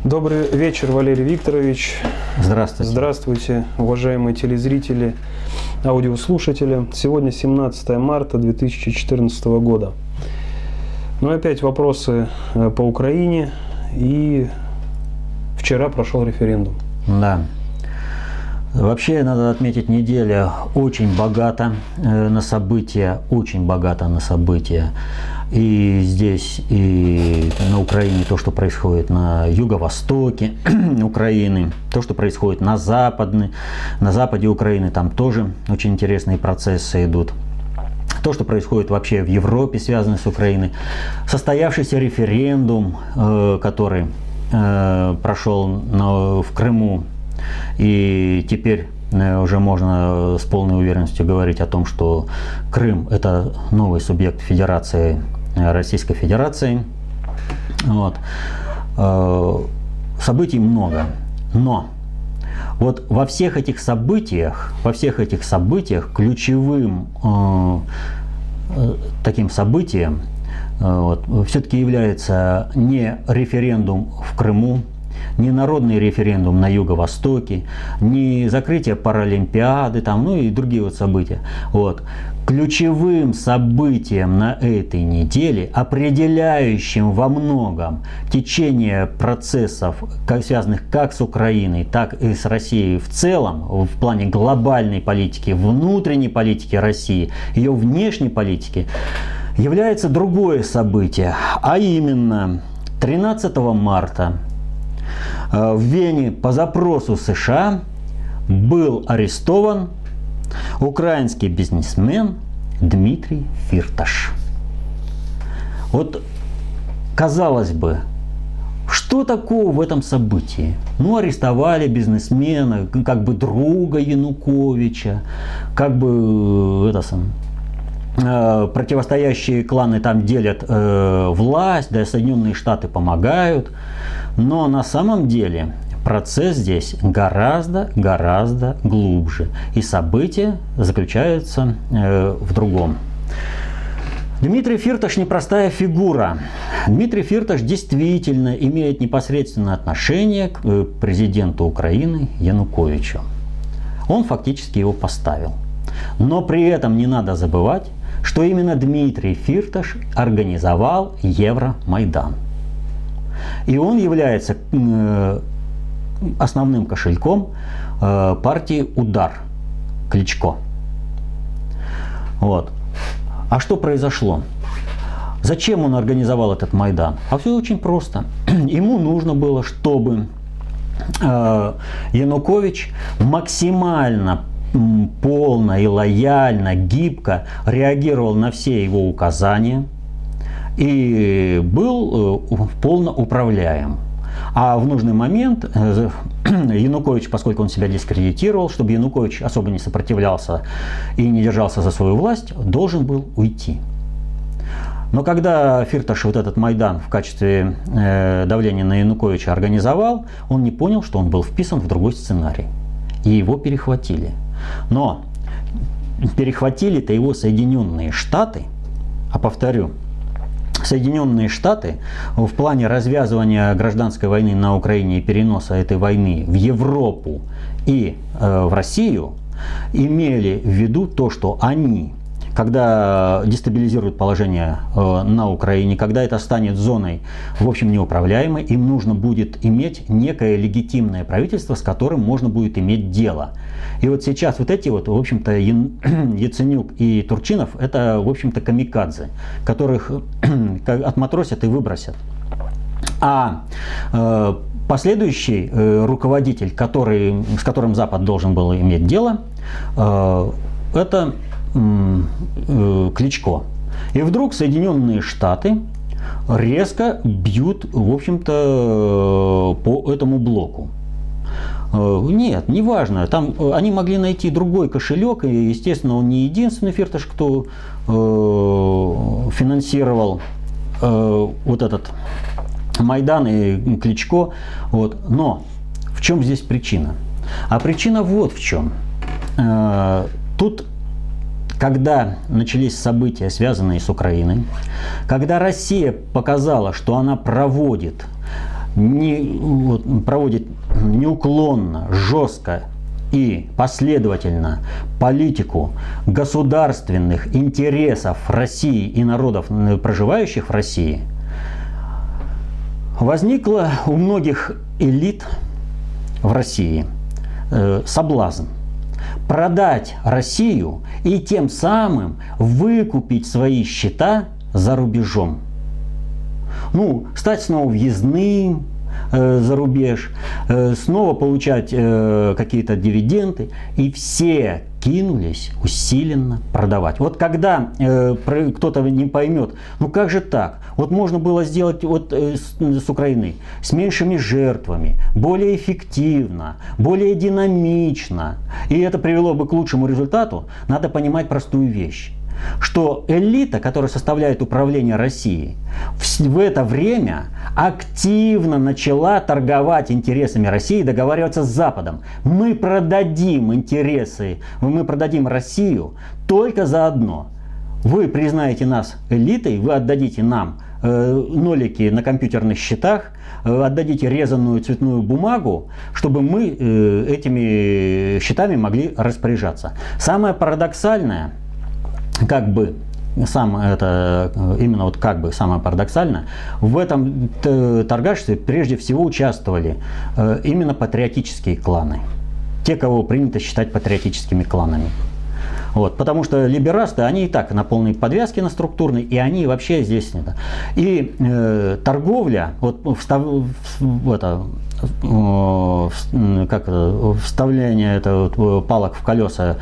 Добрый вечер, Валерий Викторович. Здравствуйте. Здравствуйте, уважаемые телезрители, аудиослушатели. Сегодня 17 марта 2014 года. Ну и опять вопросы по Украине. И вчера прошел референдум. Да. Вообще, надо отметить, неделя очень богата на события, И здесь, и на Украине то, что происходит на юго-востоке Украины, то, что происходит на западе Украины, там тоже очень интересные процессы идут. То, что происходит вообще в Европе, связано с Украиной. Состоявшийся референдум, который прошел в Крыму, и теперь уже можно с полной уверенностью говорить о том, что Крым – это новый субъект Федерации, Российской Федерации. Вот. Событий много, но вот во всех этих событиях ключевым таким событием все-таки является не референдум в Крыму, не народный референдум на Юго-Востоке, не закрытие Паралимпиады, и другие события. Ключевым событием на этой неделе, определяющим во многом течение процессов, связанных как с Украиной, так и с Россией в целом, в плане глобальной политики, внутренней политики России, ее внешней политики, является другое событие, а именно 13 марта в Вене по запросу США был арестован украинский бизнесмен Дмитрий Фирташ. Казалось бы, что такого в этом событии? Арестовали бизнесмена, друга Януковича, противостоящие кланы там делят власть, да и Соединенные Штаты помогают. Но на самом деле процесс здесь гораздо глубже. И события заключаются в другом. Дмитрий Фирташ непростая фигура. Дмитрий Фирташ действительно имеет непосредственное отношение к президенту Украины Януковичу. Он фактически его поставил. Но при этом не надо забывать, что именно Дмитрий Фирташ организовал Евромайдан. И он является основным кошельком партии «Удар» Кличко. А что произошло? Зачем он организовал этот Майдан? А все очень просто. Ему нужно было, чтобы Янукович максимально полно и лояльно, гибко реагировал на все его указания и был полно управляем. А в нужный момент Янукович, поскольку он себя дискредитировал, чтобы Янукович особо не сопротивлялся и не держался за свою власть, должен был уйти. Но когда Фирташ этот Майдан в качестве давления на Януковича организовал, он не понял, что он был вписан в другой сценарий. И его перехватили. Но перехватили-то его Соединенные Штаты, а повторю, Соединенные Штаты в плане развязывания гражданской войны на Украине и переноса этой войны в Европу и в Россию имели в виду то, что они, когда дестабилизируют положение на Украине, когда это станет зоной, в общем, неуправляемой, им нужно будет иметь некое легитимное правительство, с которым можно будет иметь дело. И сейчас эти в общем-то, Яценюк и Турчинов, это, в общем-то, камикадзе, которых отматросят и выбросят. А последующий руководитель, с которым Запад должен был иметь дело, это Кличко. И вдруг Соединенные Штаты резко бьют, в общем-то, по этому блоку. Нет, не важно. Там они могли найти другой кошелек, и, естественно, он не единственный Фирташ, кто финансировал этот Майдан и Кличко. Но в чем здесь причина? А причина вот в чем. Тут, когда начались события, связанные с Украиной, когда Россия показала, что она проводит проводит неуклонно, жестко и последовательно политику государственных интересов России и народов, проживающих в России, возникло у многих элит в России соблазн продать Россию и тем самым выкупить свои счета за рубежом. Стать снова въездным за рубеж, снова получать какие-то дивиденды, и все кинулись усиленно продавать. Вот когда кто-то не поймет, как же так? Вот можно было сделать с Украиной с меньшими жертвами, более эффективно, более динамично, и это привело бы к лучшему результату. Надо понимать простую вещь, что элита, которая составляет управление Россией, в это время активно начала торговать интересами России, договариваться с Западом. Мы продадим интересы, мы продадим Россию только за одно. Вы признаете нас элитой, вы отдадите нам нолики на компьютерных счетах, отдадите резаную цветную бумагу, чтобы мы этими счетами могли распоряжаться. Самое парадоксальное, самое парадоксальное, в этом торгашестве прежде всего участвовали именно патриотические кланы. Те, кого принято считать патриотическими кланами. Потому что либерасты, они и так на полной подвязке, на структурной, и они вообще здесь нет. И торговля, вставление палок в колеса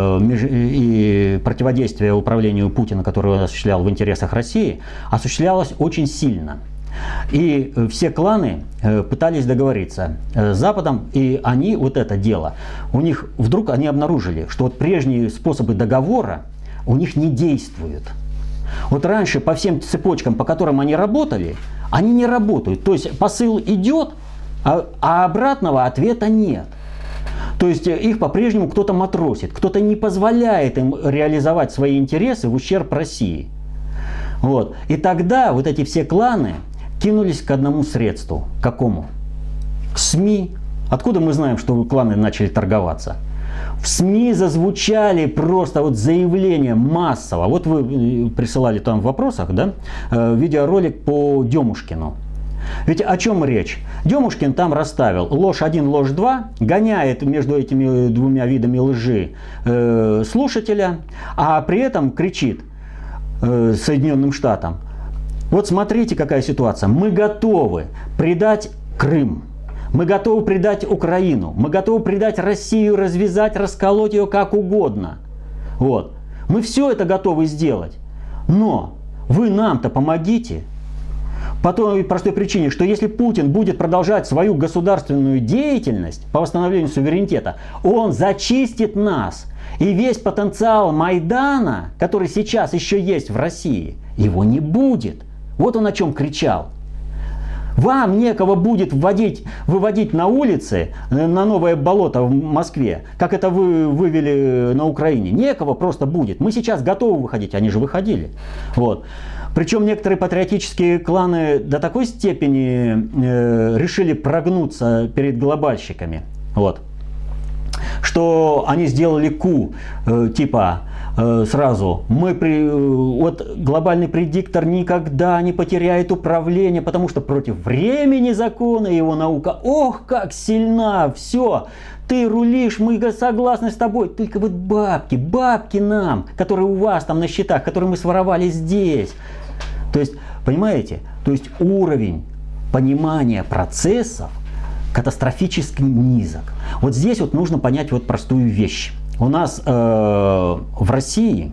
и противодействие управлению Путина, которое он осуществлял в интересах России, осуществлялось очень сильно. И все кланы пытались договориться с Западом, и они это дело, у них вдруг они обнаружили, что прежние способы договора у них не действуют. Раньше по всем цепочкам, по которым они работали, они не работают. То есть посыл идет, а обратного ответа нет. То есть их по-прежнему кто-то матросит, кто-то не позволяет им реализовать свои интересы в ущерб России. И тогда эти все кланы кинулись к одному средству. Какому? К СМИ. Откуда мы знаем, что кланы начали торговаться? В СМИ зазвучали просто заявления массово. Вы присылали там в вопросах, да, видеоролик по Демушкину. Ведь о чем речь? Демушкин там расставил ложь 1, ложь 2, гоняет между этими двумя видами лжи слушателя, а при этом кричит Соединенным Штатам: смотрите, какая ситуация. Мы готовы предать Крым. Мы готовы предать Украину. Мы готовы предать Россию, развязать, расколоть ее как угодно. Мы все это готовы сделать. Но вы нам-то помогите. По той простой причине, что если Путин будет продолжать свою государственную деятельность по восстановлению суверенитета, он зачистит нас. И весь потенциал Майдана, который сейчас еще есть в России, его не будет. Он о чем кричал. Вам некого будет выводить на улицы, на новое болото в Москве, как это вы вывели на Украине. Некого просто будет. Мы сейчас готовы выходить, они же выходили. Причем некоторые патриотические кланы до такой степени решили прогнуться перед глобальщиками, что они сделали сразу: глобальный предиктор никогда не потеряет управление, потому что против времени закона его наука, как сильна, все, ты рулишь, мы согласны с тобой, только бабки нам, которые у вас там на счетах, которые мы своровали здесь. То есть, понимаете, уровень понимания процессов катастрофически низок. Здесь нужно понять простую вещь. У нас в России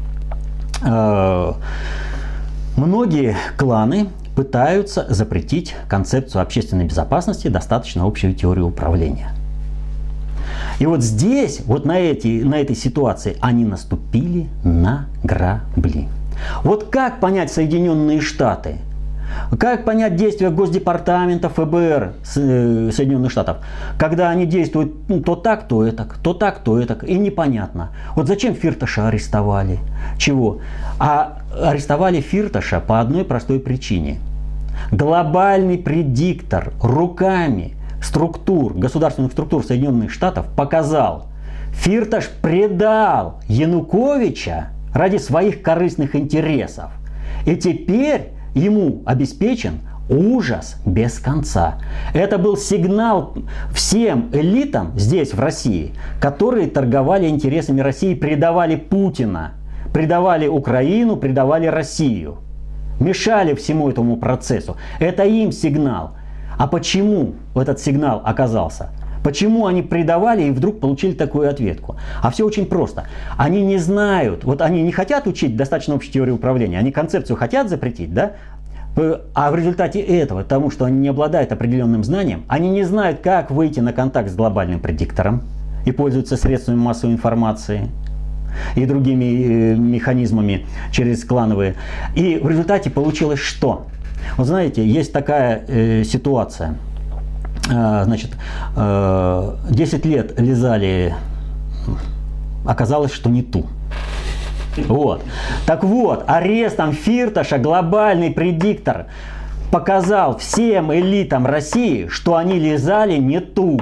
многие кланы пытаются запретить концепцию общественной безопасности, достаточно общую теорию управления. И здесь, на этой ситуации, они наступили на грабли. Как понять Соединенные Штаты? Как понять действия Госдепартамента ФБР Соединенных Штатов, когда они действуют то так, то этак, то так, то этак, и непонятно. Зачем Фирташа арестовали? Чего? А арестовали Фирташа по одной простой причине. глобальный предиктор руками государственных структур Соединенных Штатов показал, Фирташ предал Януковича ради своих корыстных интересов. И теперь ему обеспечен ужас без конца. Это был сигнал всем элитам здесь, в России, которые торговали интересами России, предавали Путина, предавали Украину, предавали Россию, мешали всему этому процессу. Это им сигнал. А почему этот сигнал оказался? Почему они предавали и вдруг получили такую ответку? А все очень просто. Они не знают, вот они не хотят учить достаточно общей теории управления, они концепцию хотят запретить, да? А в результате этого, потому что они не обладают определенным знанием, они не знают, как выйти на контакт с глобальным предиктором и пользуются средствами массовой информации и другими механизмами через клановые. И в результате получилось что? Вот знаете, есть такая ситуация. Значит, 10 лет лизали, оказалось, что не ту. Вот. Так вот, арестом Фирташа глобальный предиктор показал всем элитам России, что они лизали не ту.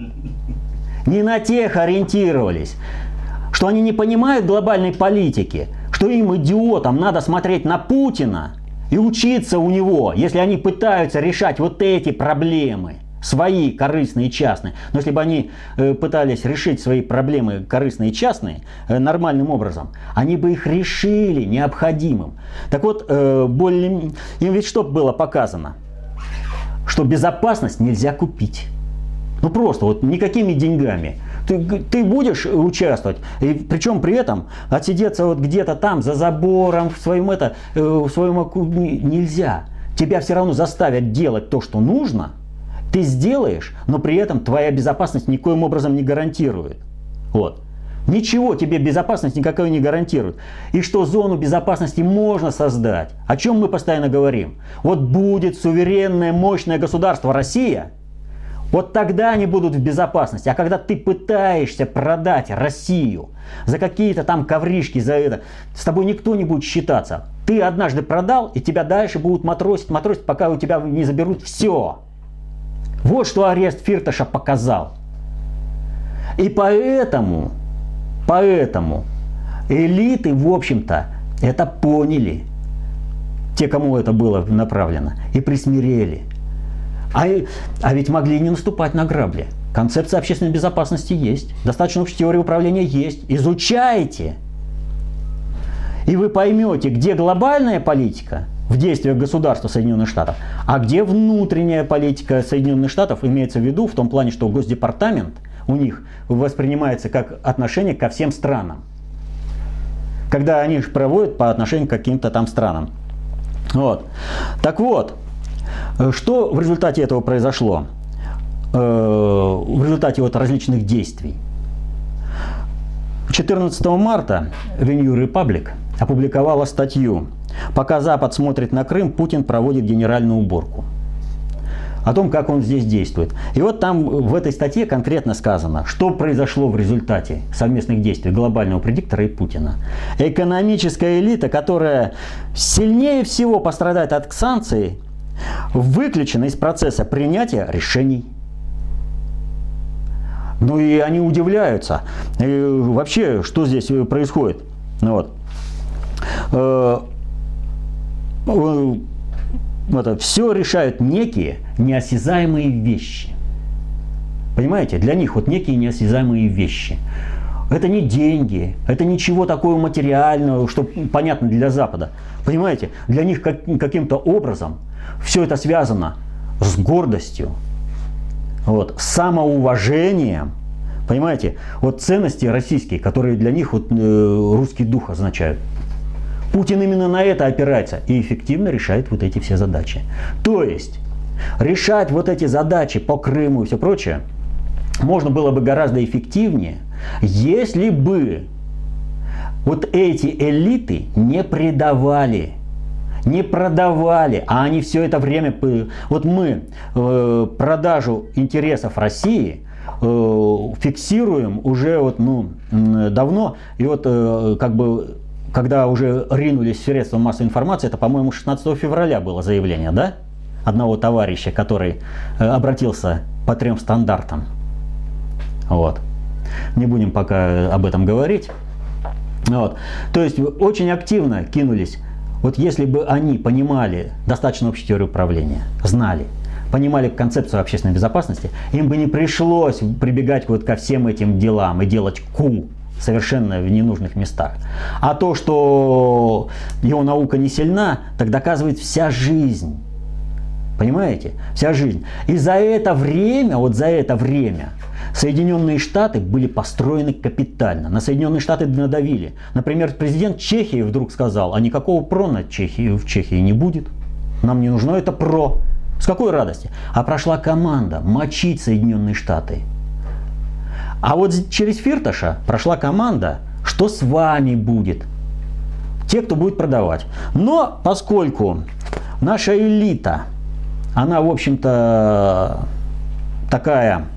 Не на тех ориентировались. Что они не понимают глобальной политики. Что им, идиотам, надо смотреть на Путина и учиться у него, если они пытаются решать вот эти проблемы. Свои корыстные и частные. Но если бы они пытались решить свои проблемы корыстные и частные нормальным образом, они бы их решили необходимым. Так вот, им ведь что было показано? Что безопасность нельзя купить. Ну просто, вот никакими деньгами. Ты будешь участвовать, и причем при этом отсидеться вот где-то там за забором в своем нельзя. Тебя все равно заставят делать то, что нужно. Ты сделаешь, но при этом твоя безопасность никоим образом не гарантирует. Вот. Ничего тебе безопасность никакой не гарантирует. И что зону безопасности можно создать. О чем мы постоянно говорим. Вот будет суверенное, мощное государство Россия, вот тогда они будут в безопасности. А когда ты пытаешься продать Россию за какие-то там ковришки, за это, с тобой никто не будет считаться. Ты однажды продал, и тебя дальше будут матросить, пока у тебя не заберут все. Вот что арест Фирташа показал. И поэтому элиты, в общем-то, это поняли. Те, кому это было направлено. И присмирели. А ведь могли не наступать на грабли. Концепция общественной безопасности есть. Достаточно общей теории управления есть. Изучайте. И вы поймете, где глобальная политика в действиях государства Соединенных Штатов, а где внутренняя политика Соединенных Штатов, имеется в виду в том плане, что Госдепартамент у них воспринимается как отношение ко всем странам. Когда они их проводят по отношению к каким-то там странам. Вот. Так вот, что в результате этого произошло? В результате вот различных действий. 14 марта The New Republic опубликовала статью «Пока Запад смотрит на Крым, Путин проводит генеральную уборку». О том, как он здесь действует. И вот там в этой статье конкретно сказано, что произошло в результате совместных действий глобального предиктора и Путина. Экономическая элита, которая сильнее всего пострадает от санкций, выключена из процесса принятия решений. Ну и они удивляются. И вообще, что здесь происходит? Вот. Это все решают некие неосязаемые вещи. Понимаете? Для них вот некие неосязаемые вещи. Это не деньги, это ничего такого материального, что понятно для Запада. Понимаете? Для них каким-то образом все это связано с гордостью, вот, с самоуважением. Понимаете? Вот ценности российские, которые для них вот, русский дух означают. Путин именно на это опирается и эффективно решает вот эти все задачи. То есть, решать вот эти задачи по Крыму и все прочее можно было бы гораздо эффективнее, если бы вот эти элиты не продавали, а они все это время... Вот мы продажу интересов России фиксируем уже вот, давно, и вот как бы... Когда уже ринулись средства массовой информации, это, по-моему, 16 февраля было заявление, да? одного товарища, который обратился по 3 стандартам. Вот. Не будем пока об этом говорить. Вот. То есть очень активно кинулись. Вот если бы они понимали достаточно общую теорию управления, знали, понимали концепцию общественной безопасности, им бы не пришлось прибегать вот ко всем этим делам и делать совершенно в ненужных местах. А то, что его наука не сильна, так доказывает вся жизнь. Понимаете? Вся жизнь. И за это время, Соединенные Штаты были построены капитально. На Соединенные Штаты надавили. Например, президент Чехии вдруг сказал, а никакого ПРО в Чехии не будет. Нам не нужно это ПРО. С какой радости? А прошла команда мочить Соединенные Штаты. А вот через Фирташа прошла команда, что с вами будет. Те, кто будет продавать. Но поскольку наша элита, она, в общем-то, такая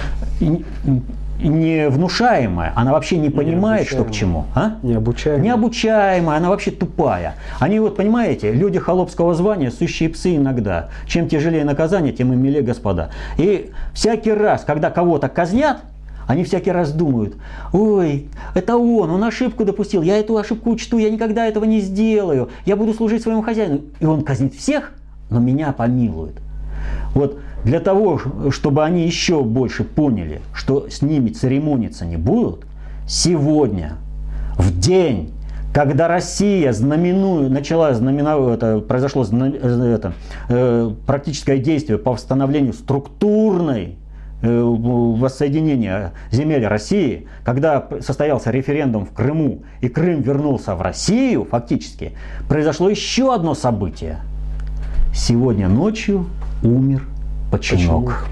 невнушаемая, она вообще не понимает, что к чему. Необучаемая, она вообще тупая. Они вот, понимаете, люди холопского звания, сущие псы иногда. Чем тяжелее наказание, тем и милее господа. И всякий раз, когда кого-то казнят, они всякий раз думают, ой, это он ошибку допустил, я эту ошибку учту, я никогда этого не сделаю, я буду служить своему хозяину. И он казнит всех, но меня помилует. Вот для того, чтобы они еще больше поняли, что с ними церемониться не будут, сегодня, в день, когда Россия произошло практическое действие по восстановлению структурной воссоединения земель России, когда состоялся референдум в Крыму и Крым вернулся в Россию, фактически, произошло еще одно событие. Сегодня ночью умер Починок.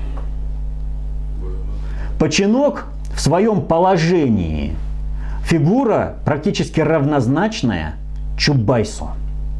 Починок в своем положении фигура практически равнозначная Чубайсу.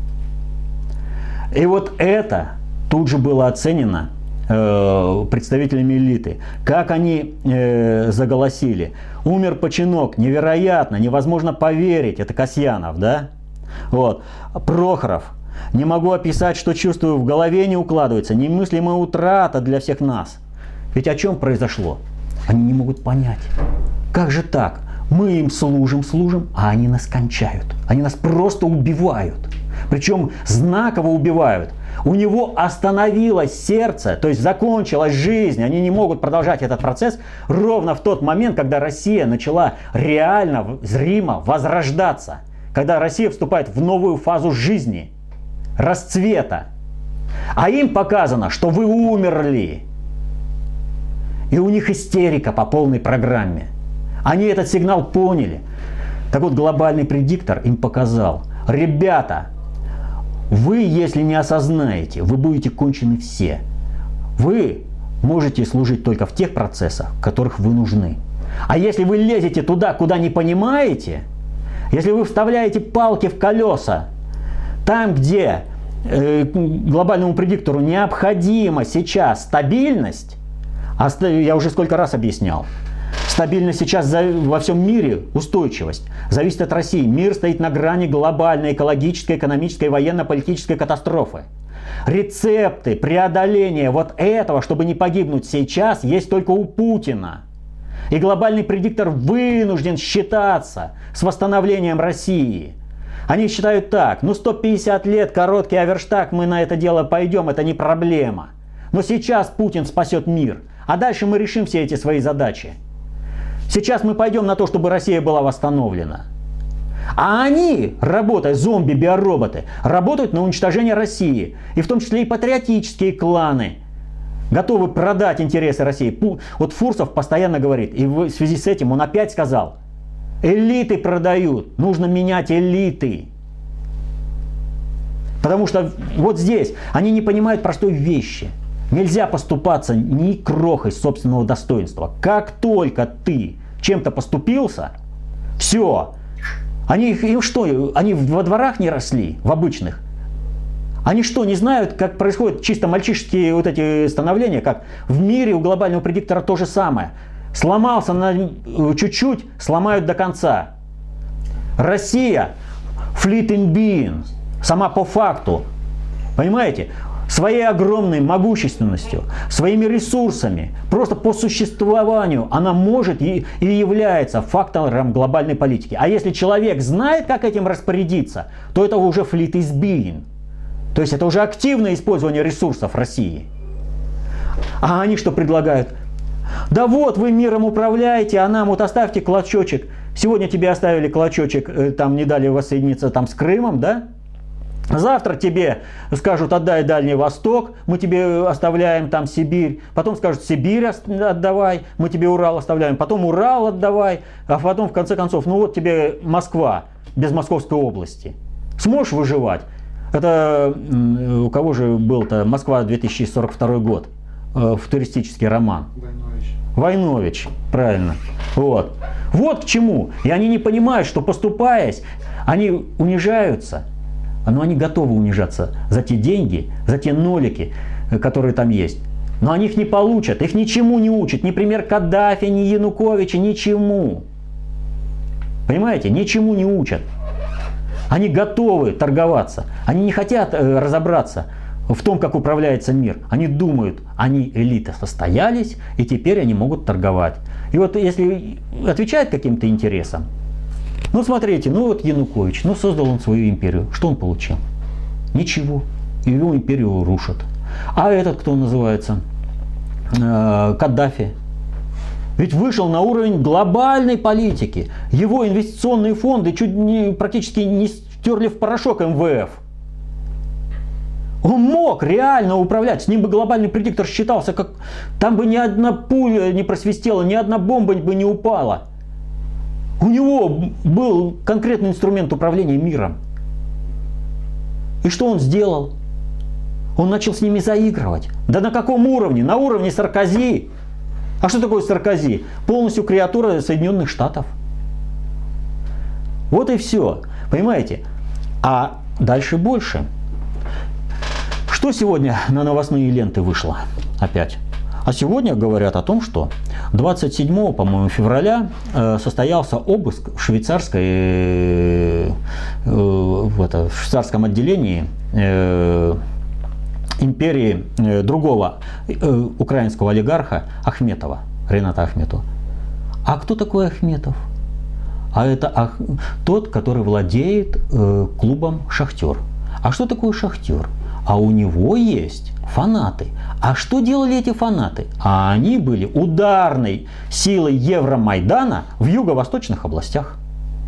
И вот это тут же было оценено представителями элиты. Как они заголосили. Умер Починок, невероятно, невозможно поверить. Это Касьянов, да? Вот. Прохоров. Не могу описать, что чувствую, в голове не укладывается. Немыслимая утрата для всех нас. Ведь о чем произошло? Они не могут понять. Как же так? Мы им служим, а они нас кончают. Они нас просто убивают. Причем знаково убивают. У него остановилось сердце, то есть закончилась жизнь. Они не могут продолжать этот процесс ровно в тот момент, когда Россия начала реально, зримо возрождаться. Когда Россия вступает в новую фазу жизни, расцвета. А им показано, что вы умерли. И у них истерика по полной программе. Они этот сигнал поняли. Так вот, глобальный предиктор им показал. Ребята, вы, если не осознаете, вы будете кончены все. Вы можете служить только в тех процессах, в которых вы нужны. А если вы лезете туда, куда не понимаете, если вы вставляете палки в колеса, там, где глобальному предиктору необходима сейчас стабильность, я уже сколько раз объяснял, стабильность сейчас во всем мире, устойчивость, зависит от России. Мир стоит на грани глобальной экологической, экономической, военно-политической катастрофы. Рецепты преодоления вот этого, чтобы не погибнуть сейчас, есть только у Путина. И глобальный предиктор вынужден считаться с восстановлением России. Они считают так, 150 лет, короткий оверштаг, мы на это дело пойдем, это не проблема. Но сейчас Путин спасет мир, а дальше мы решим все эти свои задачи. Сейчас мы пойдем на то, чтобы Россия была восстановлена. А они, работая, зомби-биороботы, работают на уничтожение России. И в том числе и патриотические кланы готовы продать интересы России. Вот Фурсов постоянно говорит, и в связи с этим он опять сказал, элиты продают, нужно менять элиты. Потому что вот здесь они не понимают простой вещи. Нельзя поступаться ни крохой собственного достоинства. Как только ты чем-то поступился, все. Им что, они во дворах не росли, в обычных? Они что, не знают, как происходят чисто мальчишеские вот эти становления, как в мире у глобального предиктора то же самое. Сломался на чуть-чуть, сломают до конца. Россия, fleeting being, сама по факту. Понимаете? своей огромной могущественностью, своими ресурсами, просто по существованию она может и является фактором глобальной политики. А если человек знает, как этим распорядиться, то это уже fleet is being. То есть это уже активное использование ресурсов России. А они что предлагают? Да вот, вы миром управляете, а нам вот оставьте клочочек. Сегодня тебе оставили клочочек, там не дали воссоединиться там с Крымом, да? Завтра тебе скажут, отдай Дальний Восток, мы тебе оставляем там Сибирь. Потом скажут, Сибирь отдавай, мы тебе Урал оставляем. Потом Урал отдавай, а потом в конце концов, ну вот тебе Москва, без Московской области. Сможешь выживать? Это у кого же был-то Москва 2042 год? Футуристический роман. Войнович, правильно. Вот. Вот к чему. И они не понимают, что поступаясь, они унижаются. Но они готовы унижаться за те деньги, за те нолики, которые там есть. Но они их не получат, их ничему не учат. Ни пример Каддафи, ни Януковича, ничему. Понимаете? Ничему не учат. Они готовы торговаться. Они не хотят разобраться в том, как управляется мир. Они думают, они элита состоялись, и теперь они могут торговать. И вот если отвечает каким-то интересам, ну смотрите, ну вот Янукович, ну создал он свою империю. Что он получил? Ничего. Его империю рушат. А этот кто называется? Каддафи. Ведь вышел на уровень глобальной политики. Его инвестиционные фонды практически не стерли в порошок МВФ. Он мог реально управлять. С ним бы глобальный предиктор считался, как там бы ни одна пуля не просвистела, ни одна бомба бы не упала. У него был конкретный инструмент управления миром. И что он сделал? Он начал с ними заигрывать. Да на каком уровне? На уровне Саркози. А что такое Саркози? Полностью креатура Соединенных Штатов. Вот и все. Понимаете? А дальше больше. Что сегодня на новостные ленты вышло опять? А сегодня говорят о том, что 27, по-моему, февраля состоялся обыск в швейцарском отделении империи другого украинского олигарха Ахметова, Рената Ахметова. А кто такой Ахметов? А это тот, который владеет клубом «Шахтер». А что такое «Шахтер»? А у него есть фанаты. А что делали эти фанаты? А они были ударной силой Евромайдана в юго-восточных областях.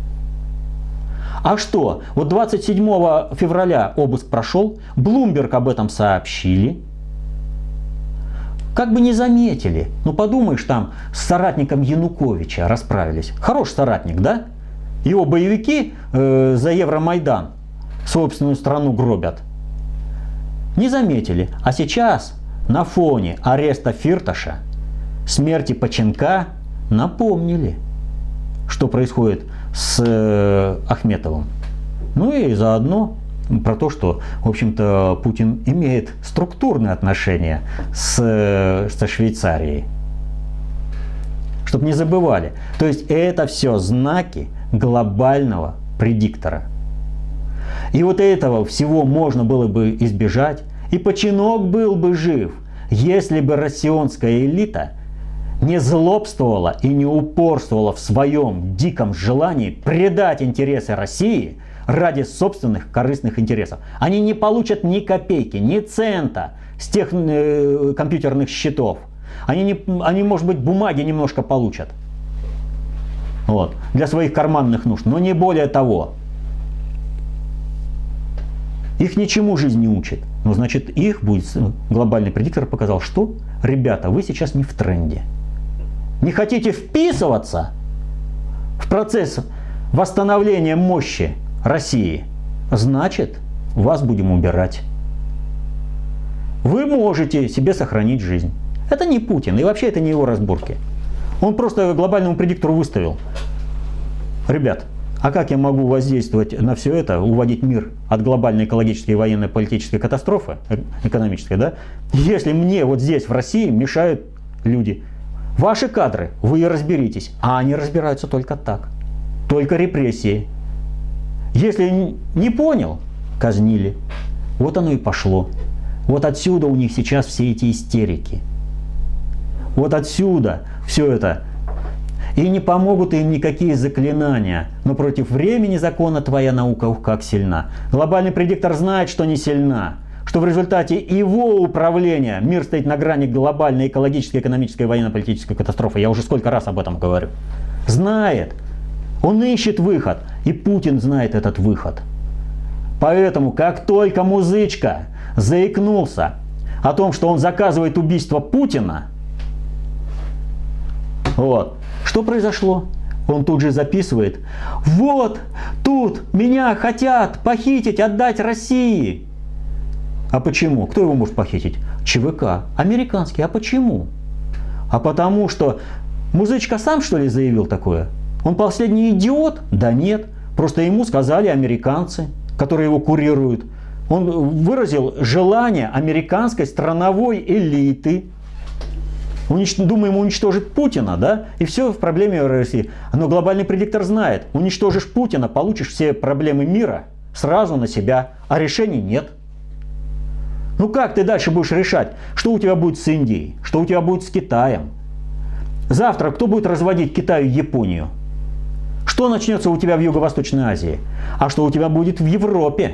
А что? Вот 27 февраля обыск прошел, Bloomberg об этом сообщили. Как бы не заметили. Ну подумаешь, там с соратником Януковича расправились. Хороший соратник, да? Его боевики за Евромайдан собственную страну гробят. Не заметили. А сейчас на фоне ареста Фирташа, смерти Поченка напомнили, что происходит с Ахметовым. Ну и заодно про то, что, в общем-то, Путин имеет структурные отношения со Швейцарией. Чтобы не забывали. То есть это все знаки глобального предиктора. И вот этого всего можно было бы избежать, и Починок был бы жив, если бы россионская элита не злобствовала и не упорствовала в своем диком желании предать интересы России ради собственных корыстных интересов. Они не получат ни копейки, ни цента с тех компьютерных счетов. Они, может быть, бумаги немножко получат. Вот, для своих карманных нужд, но не более того. Их ничему жизнь не учит. Но значит, их будет глобальный предиктор показал, что, ребята, вы сейчас не в тренде. Не хотите вписываться в процесс восстановления мощи России, значит, вас будем убирать. Вы можете себе сохранить жизнь. Это не Путин, и вообще это не его разборки. Он просто глобальному предиктору выставил. Ребят, а как я могу воздействовать на все это, уводить мир от глобальной экологической и военно-политической катастрофы, экономической, да, если мне вот здесь, в России, мешают люди? Ваши кадры, вы и разберитесь. А они разбираются только так. Только репрессии. Если не понял, казнили. Вот оно и пошло. Вот отсюда у них сейчас все эти истерики. Вот отсюда все это. И не помогут им никакие заклинания. Но против времени закона твоя наука, ух, как сильна. Глобальный предиктор знает, что не сильна. Что в результате его управления мир стоит на грани глобальной экологической, экономической, военно-политической катастрофы. Я уже сколько раз об этом говорю. Знает. Он ищет выход. И Путин знает этот выход. Поэтому, как только музычка заикнулся о том, что он заказывает убийство Путина, вот, что произошло? Он тут же записывает: вот, тут меня хотят похитить, отдать России. А почему? Кто его может похитить? ЧВК, американский. А почему? А потому что музычка сам, что ли, заявил такое? Он последний идиот? Да нет. Просто ему сказали американцы, которые его курируют. Он выразил желание американской страновой элиты, думаем, уничтожить Путина, да? И все в проблеме России. Но глобальный предиктор знает: уничтожишь Путина, получишь все проблемы мира сразу на себя, а решений нет. Ну как ты дальше будешь решать, что у тебя будет с Индией, что у тебя будет с Китаем? Завтра кто будет разводить Китай и Японию? Что начнется у тебя в Юго-Восточной Азии? А что у тебя будет в Европе?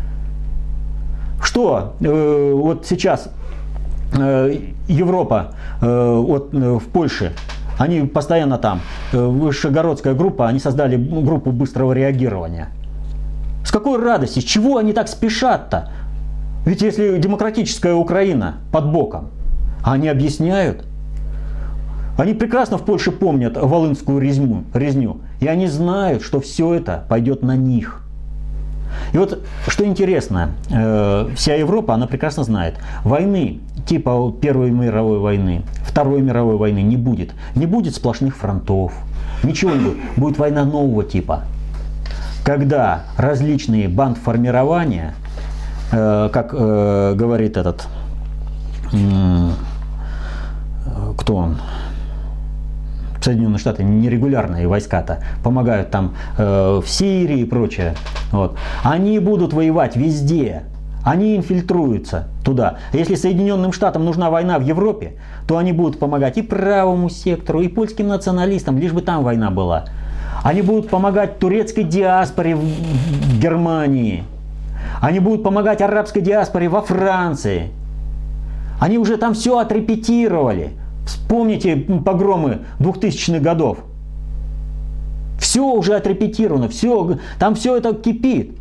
Что вот сейчас Европа, вот в Польше, они постоянно там, Вышегородская группа, они создали группу быстрого реагирования. С какой радости? С чего они так спешат-то? Ведь если демократическая Украина под боком, они объясняют. Они прекрасно в Польше помнят волынскую резню. И они знают, что все это пойдет на них. И вот, что интересно, вся Европа, она прекрасно знает, войны типа Первой мировой войны, Второй мировой войны не будет. Не будет сплошных фронтов, ничего не будет. Будет война нового типа, когда различные бандформирования, как говорит этот, кто он? Соединенные Штаты, нерегулярные войска-то помогают там в Сирии и прочее. Вот. Они будут воевать везде. Они инфильтруются туда. Если Соединенным Штатам нужна война в Европе, то они будут помогать и правому сектору, и польским националистам, лишь бы там война была. Они будут помогать турецкой диаспоре в Германии. Они будут помогать арабской диаспоре во Франции. Они уже там все отрепетировали. Вспомните погромы 2000-х годов. Все уже отрепетировано, там все это кипит.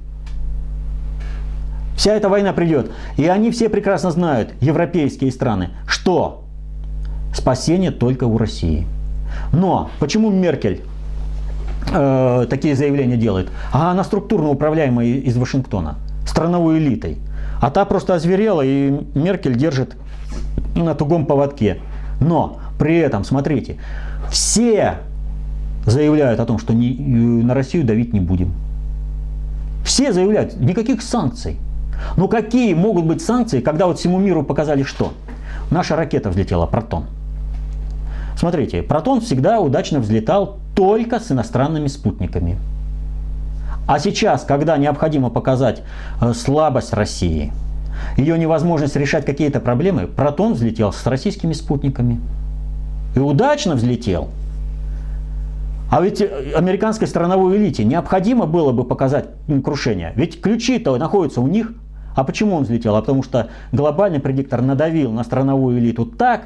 Вся эта война придет. И они все прекрасно знают, европейские страны, что спасение только у России. Но почему Меркель такие заявления делает? А она структурно управляемая из Вашингтона, страновой элитой. А та просто озверела, и Меркель держит на тугом поводке. Но при этом, смотрите, все заявляют о том, что на Россию давить не будем. Все заявляют, никаких санкций. Ну какие могут быть санкции, когда вот всему миру показали что? Наша ракета взлетела, Протон. Смотрите, Протон всегда удачно взлетал только с иностранными спутниками. А сейчас, когда необходимо показать слабость России, ее невозможность решать какие-то проблемы, Протон взлетел с российскими спутниками. И удачно взлетел. А ведь американской страновой элите необходимо было бы показать крушение. Ведь ключи-то находятся у них. А почему он взлетел? А потому что глобальный предиктор надавил на страновую элиту так,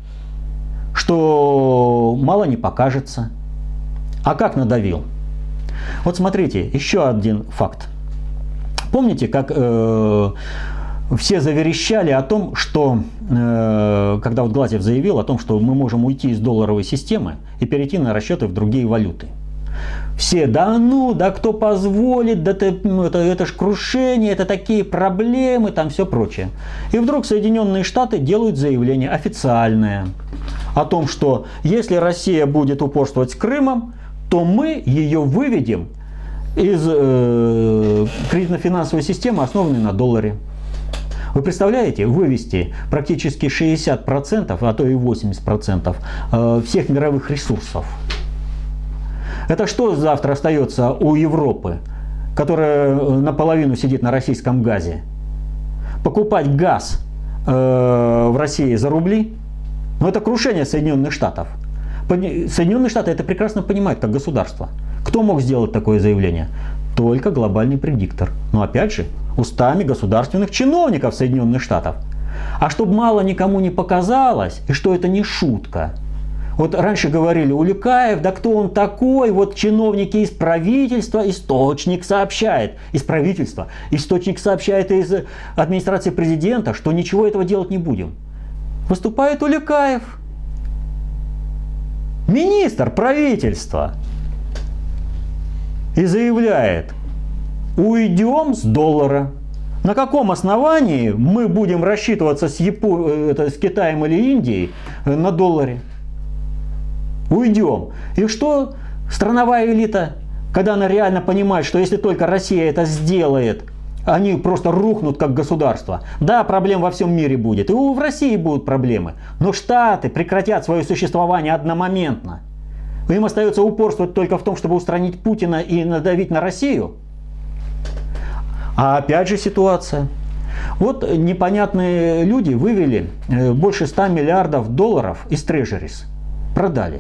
что мало не покажется. А как надавил? Вот смотрите, еще один факт. Помните, как все заверещали о том, что, когда вот Глазьев заявил о том, что мы можем уйти из долларовой системы и перейти на расчеты в другие валюты. Все, да кто позволит, да это ж крушение, это такие проблемы, там все прочее. И вдруг Соединенные Штаты делают заявление официальное о том, что если Россия будет упорствовать с Крымом, то мы ее выведем из кредитно-финансовой системы, основанной на долларе. Вы представляете, вывести практически 60%, а то и 80% всех мировых ресурсов. Это что завтра остается у Европы, которая наполовину сидит на российском газе? Покупать газ в России за рубли, но это крушение Соединенных Штатов. Соединенные Штаты это прекрасно понимают как государство. Кто мог сделать такое заявление? Только глобальный предиктор. Но опять же, устами государственных чиновников Соединенных Штатов. А чтобы мало никому не показалось, и что это не шутка. Вот раньше говорили, Улюкаев, да кто он такой? Вот чиновники из правительства, источник сообщает. Из правительства. Источник сообщает из администрации президента, что ничего этого делать не будем. Выступает Улюкаев. Министр правительства. И заявляет, уйдем с доллара. На каком основании мы будем рассчитываться с Китаем или Индией на долларе? Уйдем. И что страновая элита, когда она реально понимает, что если только Россия это сделает, они просто рухнут как государство. Да, проблем во всем мире будет. И в России будут проблемы. Но Штаты прекратят свое существование одномоментно. Им остается упорствовать только в том, чтобы устранить Путина и надавить на Россию. А опять же ситуация. Вот непонятные люди вывели больше 100 миллиардов долларов из трежерис. Продали.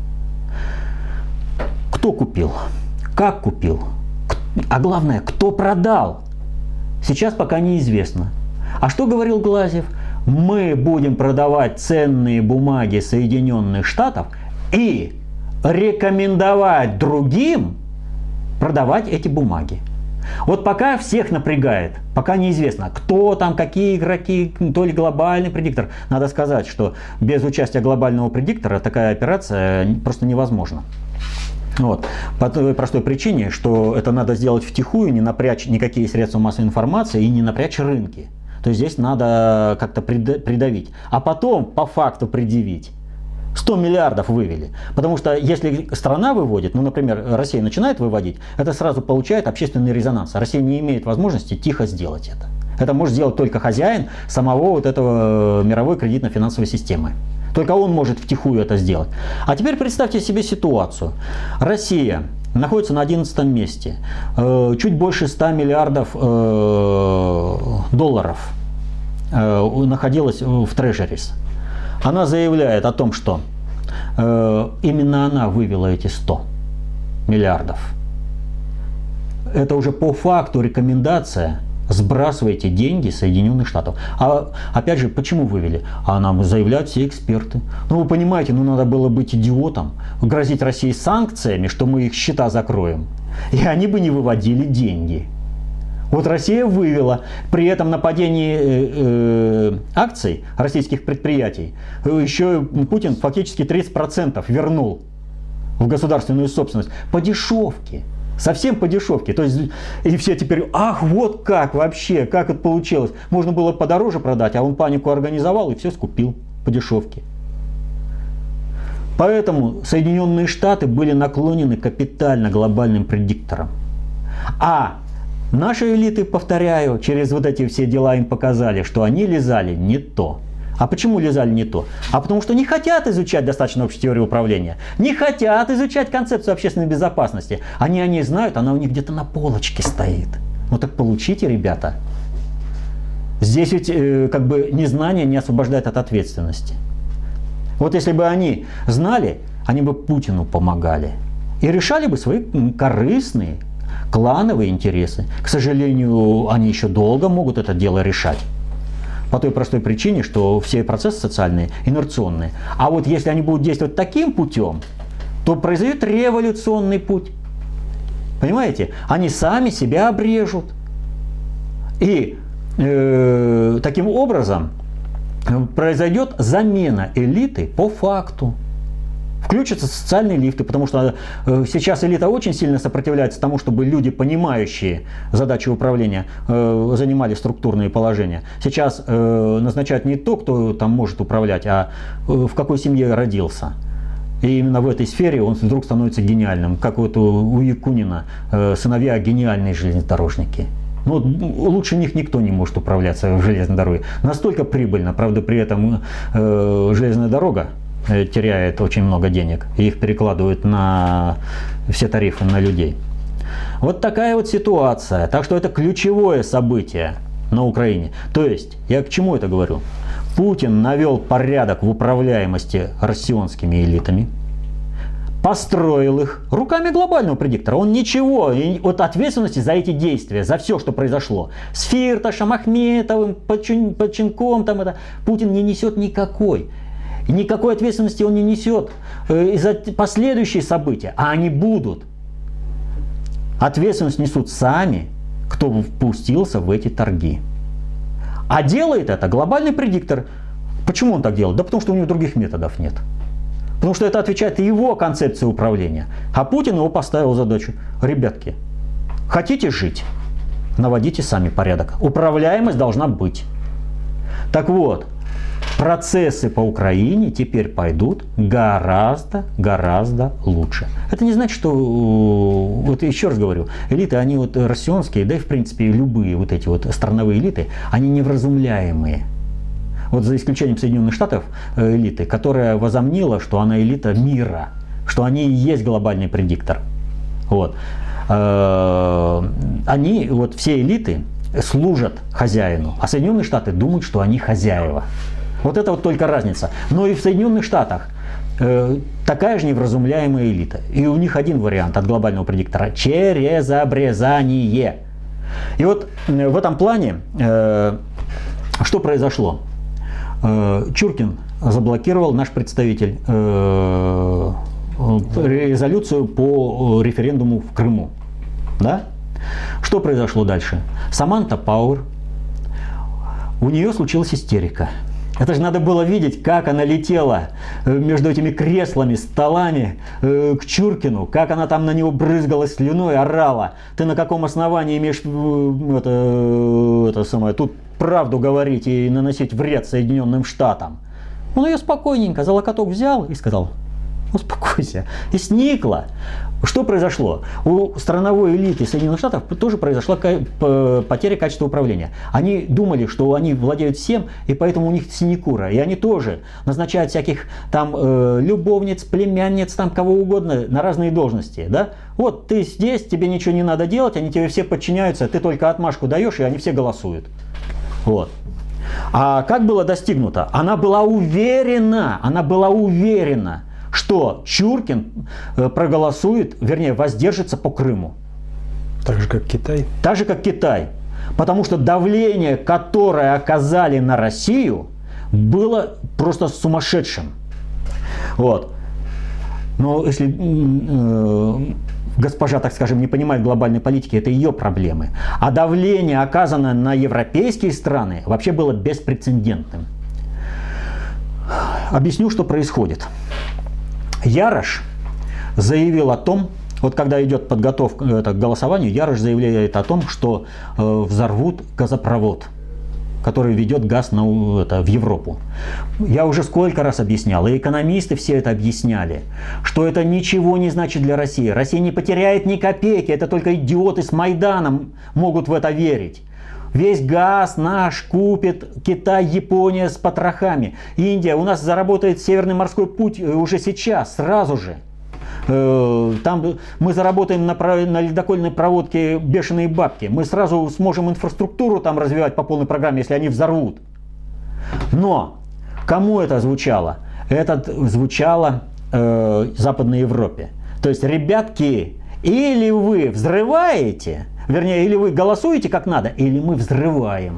Кто купил? Как купил? А главное, кто продал? Сейчас пока неизвестно. А что говорил Глазьев? Мы будем продавать ценные бумаги Соединенных Штатов и рекомендовать другим продавать эти бумаги. Вот пока всех напрягает, пока неизвестно, кто там, какие игроки, то ли глобальный предиктор. Надо сказать, что без участия глобального предиктора такая операция просто невозможна. Вот. По той простой причине, что это надо сделать втихую, не напрячь никакие средства массовой информации и не напрячь рынки. То есть здесь надо как-то придавить, а потом по факту предъявить. 100 миллиардов вывели. Потому что если страна выводит, ну, например, Россия начинает выводить, это сразу получает общественный резонанс. Россия не имеет возможности тихо сделать это. Это может сделать только хозяин самого вот этого мировой кредитно-финансовой системы. Только он может втихую это сделать. А теперь представьте себе ситуацию. Россия находится на 11 месте. Чуть больше 100 миллиардов долларов находилась в трежерис. Она заявляет о том, что именно она вывела эти 100 миллиардов. Это уже по факту рекомендация: сбрасывайте деньги Соединенных Штатов. А опять же, почему вывели? А нам заявляют все эксперты. Ну вы понимаете, надо было быть идиотом, грозить России санкциями, что мы их счета закроем. И они бы не выводили деньги. Вот Россия вывела, при этом на падении акций российских предприятий еще Путин фактически 30% вернул в государственную собственность по дешевке. Совсем по дешевке. То есть, и все теперь, ах, вот как вообще, как это получилось. Можно было подороже продать, а он панику организовал и все скупил по дешевке. Поэтому Соединенные Штаты были наклонены капитально глобальным предикторам. А наши элиты, повторяю, через вот эти все дела им показали, что они лизали не то. А почему лизали не то? А потому что не хотят изучать достаточно общей теории управления, не хотят изучать концепцию общественной безопасности. Они о ней знают, она у них где-то на полочке стоит. Ну так получите, ребята. Здесь ведь как бы незнание не освобождает от ответственности. Вот если бы они знали, они бы Путину помогали. И решали бы свои корыстные, клановые интересы. К сожалению, они еще долго могут это дело решать. По той простой причине, что все процессы социальные инерционные. А вот если они будут действовать таким путем, то произойдет революционный путь. Понимаете? Они сами себя обрежут. И таким образом произойдет замена элиты по факту. Включатся социальные лифты, потому что сейчас элита очень сильно сопротивляется тому, чтобы люди, понимающие задачи управления, занимали структурные положения. Сейчас назначают не то, кто там может управлять, а в какой семье родился. И именно в этой сфере он вдруг становится гениальным. Как вот у Якунина сыновья гениальные железнодорожники. Ну, лучше них никто не может управляться в железной дороге. Настолько прибыльно, правда, при этом железная дорога теряет очень много денег, и их перекладывают на все тарифы на людей. Вот такая вот ситуация. Так что это ключевое событие на Украине. То есть, я к чему это говорю? Путин навел порядок в управляемости россионскими элитами, построил их руками глобального предиктора. Он ничего, от ответственности за эти действия, за все, что произошло, с Фирташем, Ахметовым, Подчинком, Путин не несет никакой. Никакой ответственности он не несет за последующие события, а они будут. Ответственность несут сами, кто впустился в эти торги. А делает это глобальный предиктор. Почему он так делает? Да потому что у него других методов нет. Потому что это отвечает его концепции управления. А Путин его поставил задачу. Ребятки, хотите жить? Наводите сами порядок. Управляемость должна быть. Так вот, процессы по Украине теперь пойдут гораздо лучше. Это не значит, что, вот еще раз говорю, элиты, они вот россионские, да и в принципе любые вот эти вот страновые элиты, они невразумляемые. Вот за исключением Соединенных Штатов элиты, которая возомнила, что она элита мира, что они и есть глобальный предиктор. Вот. Они, вот все элиты, служат хозяину, а Соединенные Штаты думают, что они хозяева. Вот это вот только разница. Но и в Соединенных Штатах такая же невразумляемая элита. И у них один вариант от глобального предиктора – через обрезание. И вот в этом плане что произошло? Чуркин заблокировал, наш представитель, резолюцию по референдуму в Крыму. Да? Что произошло дальше? Саманта Пауэр, у нее случилась истерика. Это же надо было видеть, как она летела между этими креслами, столами к Чуркину, как она там на него брызгалась слюной, орала. Ты на каком основании имеешь тут правду говорить и наносить вред Соединенным Штатам? Он ее спокойненько за локоток взял и сказал: успокойся. И сникла. Что произошло? У страновой элиты Соединенных Штатов тоже произошла потеря качества управления. Они думали, что они владеют всем, и поэтому у них синекура. И они тоже назначают всяких там любовниц, племянниц, там кого угодно на разные должности. Да? Вот ты здесь, тебе ничего не надо делать, они тебе все подчиняются, ты только отмашку даешь, и они все голосуют. Вот. А как было достигнуто? Она была уверена, что Чуркин проголосует, вернее, воздержится по Крыму. Так же, как Китай? Так же, как Китай. Потому что давление, которое оказали на Россию, было просто сумасшедшим. Вот. Но если госпожа, так скажем, не понимает глобальной политики, это ее проблемы. А давление, оказанное на европейские страны, вообще было беспрецедентным. Объясню, что происходит. Ярош заявил о том, вот когда идет подготовка к голосованию, Ярош заявляет о том, что взорвут газопровод, который ведет газ в Европу. Я уже сколько раз объяснял, и экономисты все это объясняли, что это ничего не значит для России. Россия не потеряет ни копейки, это только идиоты с Майданом могут в это верить. Весь газ наш купит Китай, Япония с потрохами. Индия. У нас заработает Северный морской путь уже сейчас, сразу же. Там мы заработаем на ледокольной проводке бешеные бабки. Мы сразу сможем инфраструктуру там развивать по полной программе, если они взорвут. Но кому это звучало? Это звучало Западной Европе. То есть, ребятки, или вы взрываете, вернее, или вы голосуете как надо, или мы взрываем.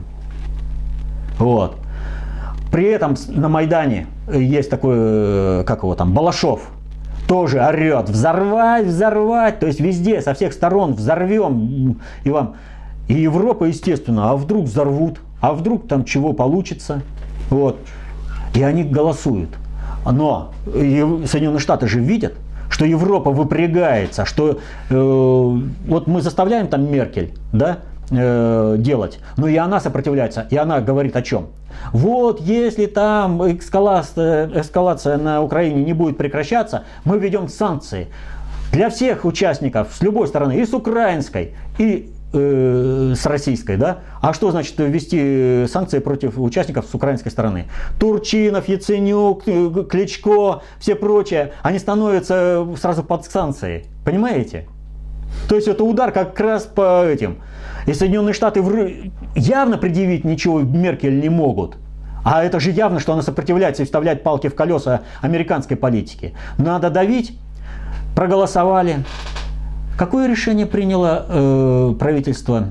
Вот. При этом на Майдане есть такой, как его там, Балашов, тоже орет: взорвать, взорвать. То есть везде, со всех сторон взорвем. И вам, и Европа, естественно, а вдруг взорвут, а вдруг там чего получится. Вот. И они голосуют. Но Соединенные Штаты же видят, что Европа выпрягается, что вот мы заставляем там Меркель, да, делать, но и она сопротивляется, и она говорит о чем? Вот если там эскалация на Украине не будет прекращаться, мы введем санкции для всех участников с любой стороны, и с украинской, и с российской, да? А что значит ввести санкции против участников с украинской стороны? Турчинов, Яценюк, Кличко, все прочие, они становятся сразу под санкции, понимаете? То есть это удар как раз по этим. И Соединенные Штаты явно предъявить ничего Меркель не могут. А это же явно, что она сопротивляется и вставляет палки в колеса американской политики. Надо давить. Проголосовали. Какое решение приняло правительство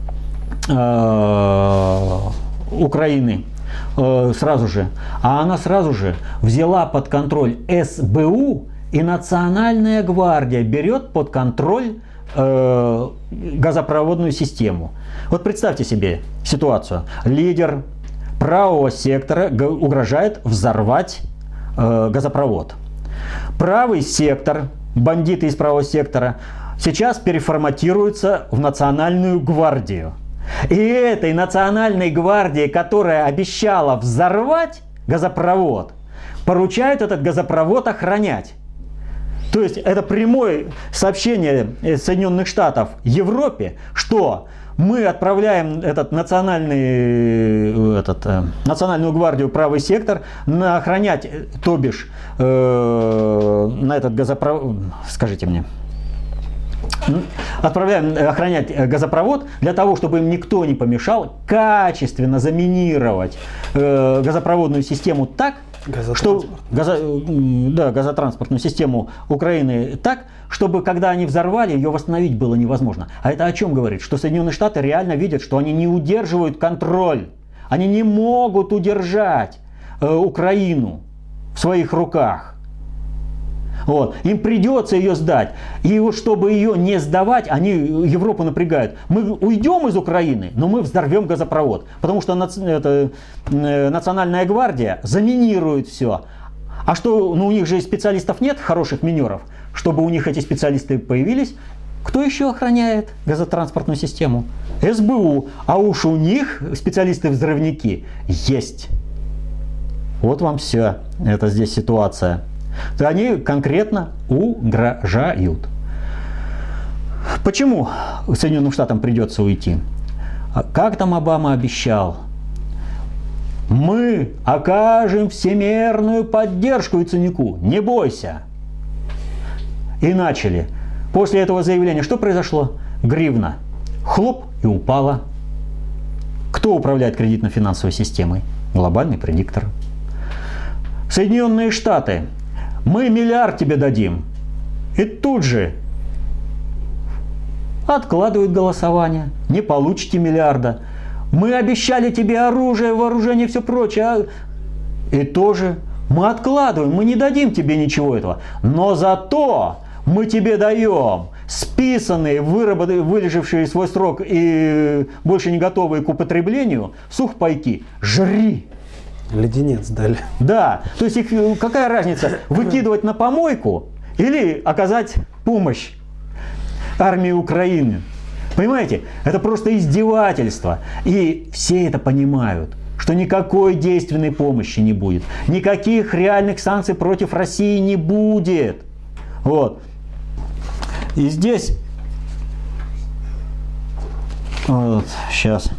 Украины? Сразу же. А она сразу же взяла под контроль СБУ, и Национальная гвардия берет под контроль газопроводную систему. Вот представьте себе ситуацию. Лидер правого сектора угрожает взорвать газопровод. Правый сектор, бандиты из правого сектора, сейчас переформатируются в Национальную гвардию. И этой Национальной гвардии, которая обещала взорвать газопровод, поручают этот газопровод охранять. То есть это прямое сообщение Соединенных Штатов Европе, что мы отправляем Национальную гвардию правый сектор на охранять, то бишь на этот газопровод, скажите мне, отправляем охранять газопровод для того, чтобы им никто не помешал качественно заминировать газопроводную систему так, что газотранспортную систему Украины так, чтобы когда они взорвали, ее восстановить было невозможно. А это о чем говорит? Что Соединенные Штаты реально видят, что они не удерживают контроль. Они не могут удержать Украину в своих руках. Вот. Им придется ее сдать. И вот чтобы ее не сдавать, они Европу напрягают. Мы уйдем из Украины, но мы взорвем газопровод. Потому что Национальная гвардия заминирует все. А что, у них же специалистов нет, хороших минеров. Чтобы у них эти специалисты появились, кто еще охраняет газотранспортную систему? СБУ. А уж у них специалисты-взрывники есть. Вот вам все. Это здесь ситуация. То они конкретно угрожают. Почему Соединенным Штатам придется уйти? Как там Обама обещал? Мы окажем всемирную поддержку Яценюку. Не бойся. И начали. После этого заявления что произошло? Гривна. Хлоп и упала. Кто управляет кредитно-финансовой системой? Глобальный предиктор. Соединенные Штаты. Мы $1 миллиард тебе дадим. И тут же откладывают голосование. Не получите $1 миллиарда. Мы обещали тебе оружие, вооружение, все прочее. И тоже мы откладываем, мы не дадим тебе ничего этого. Но зато мы тебе даем списанные, вылежавшие свой срок и больше не готовые к употреблению сухпайки. Жри! Леденец дали. Да, то есть их, какая разница, выкидывать на помойку или оказать помощь армии Украины? Понимаете, это просто издевательство. И все это понимают, что никакой действенной помощи не будет. Никаких реальных санкций против России не будет. Вот. И здесь... Вот, сейчас...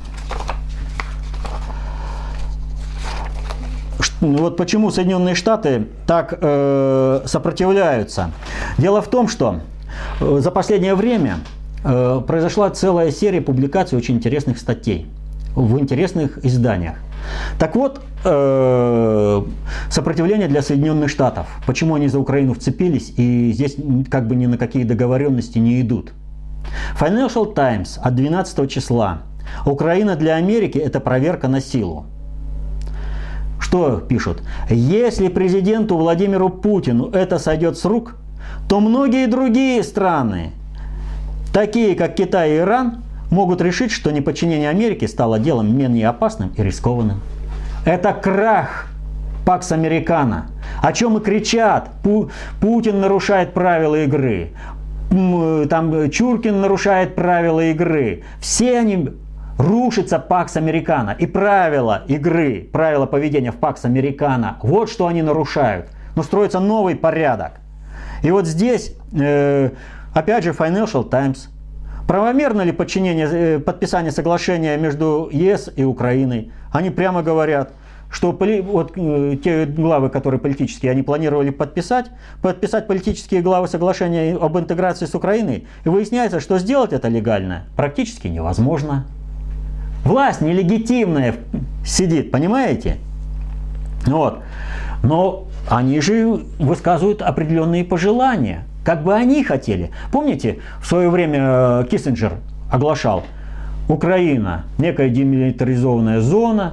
Вот почему Соединенные Штаты так сопротивляются. Дело в том, что за последнее время произошла целая серия публикаций очень интересных статей в интересных изданиях. Так вот, сопротивление для Соединенных Штатов. Почему они за Украину вцепились и здесь как бы ни на какие договоренности не идут. Financial Times от 12 числа. Украина для Америки – это проверка на силу. Что пишут? Если президенту Владимиру Путину это сойдет с рук, то многие другие страны, такие как Китай и Иран, могут решить, что неподчинение Америке стало делом менее опасным и рискованным. Это крах Пакс Американо. О чем и кричат. Путин нарушает правила игры. Там Чуркин нарушает правила игры. Все они... Рушится Пакс Американо. И правила игры, правила поведения в Пакс Американо, вот что они нарушают. Но строится новый порядок. И вот здесь, опять же, Financial Times. Правомерно ли подписание соглашения между ЕС и Украиной? Они прямо говорят, что вот те главы, которые политические, они планировали подписать политические главы соглашения об интеграции с Украиной, и выясняется, что сделать это легально практически невозможно. Власть нелегитимная сидит, понимаете? Вот. Но они же высказывают определенные пожелания, как бы они хотели. Помните, в свое время Киссинджер оглашал: Украина – некая демилитаризованная зона,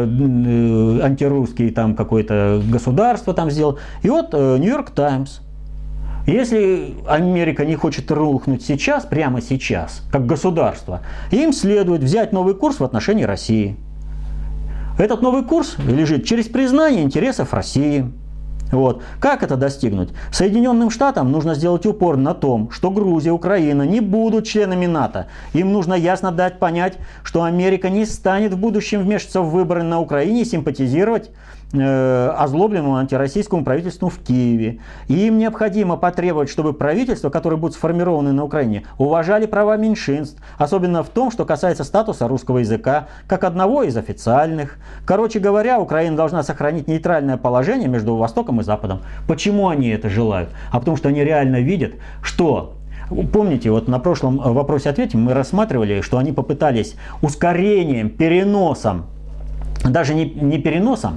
антирусский там какое-то государство там сделал. И вот Нью-Йорк Таймс. Если Америка не хочет рухнуть сейчас, прямо сейчас, как государство, им следует взять новый курс в отношении России. Этот новый курс лежит через признание интересов России. Вот. Как это достигнуть? Соединенным Штатам нужно сделать упор на том, что Грузия, Украина не будут членами НАТО. Им нужно ясно дать понять, что Америка не станет в будущем вмешиваться в выборы на Украине и симпатизировать озлобленному антироссийскому правительству в Киеве. И им необходимо потребовать, чтобы правительства, которые будут сформированы на Украине, уважали права меньшинств, особенно в том, что касается статуса русского языка, как одного из официальных. Короче говоря, Украина должна сохранить нейтральное положение между Востоком и Западом. Почему они это желают? А потому что они реально видят, что... Помните, вот на прошлом вопросе-ответе мы рассматривали, что они попытались ускорением, переносом, даже не переносом,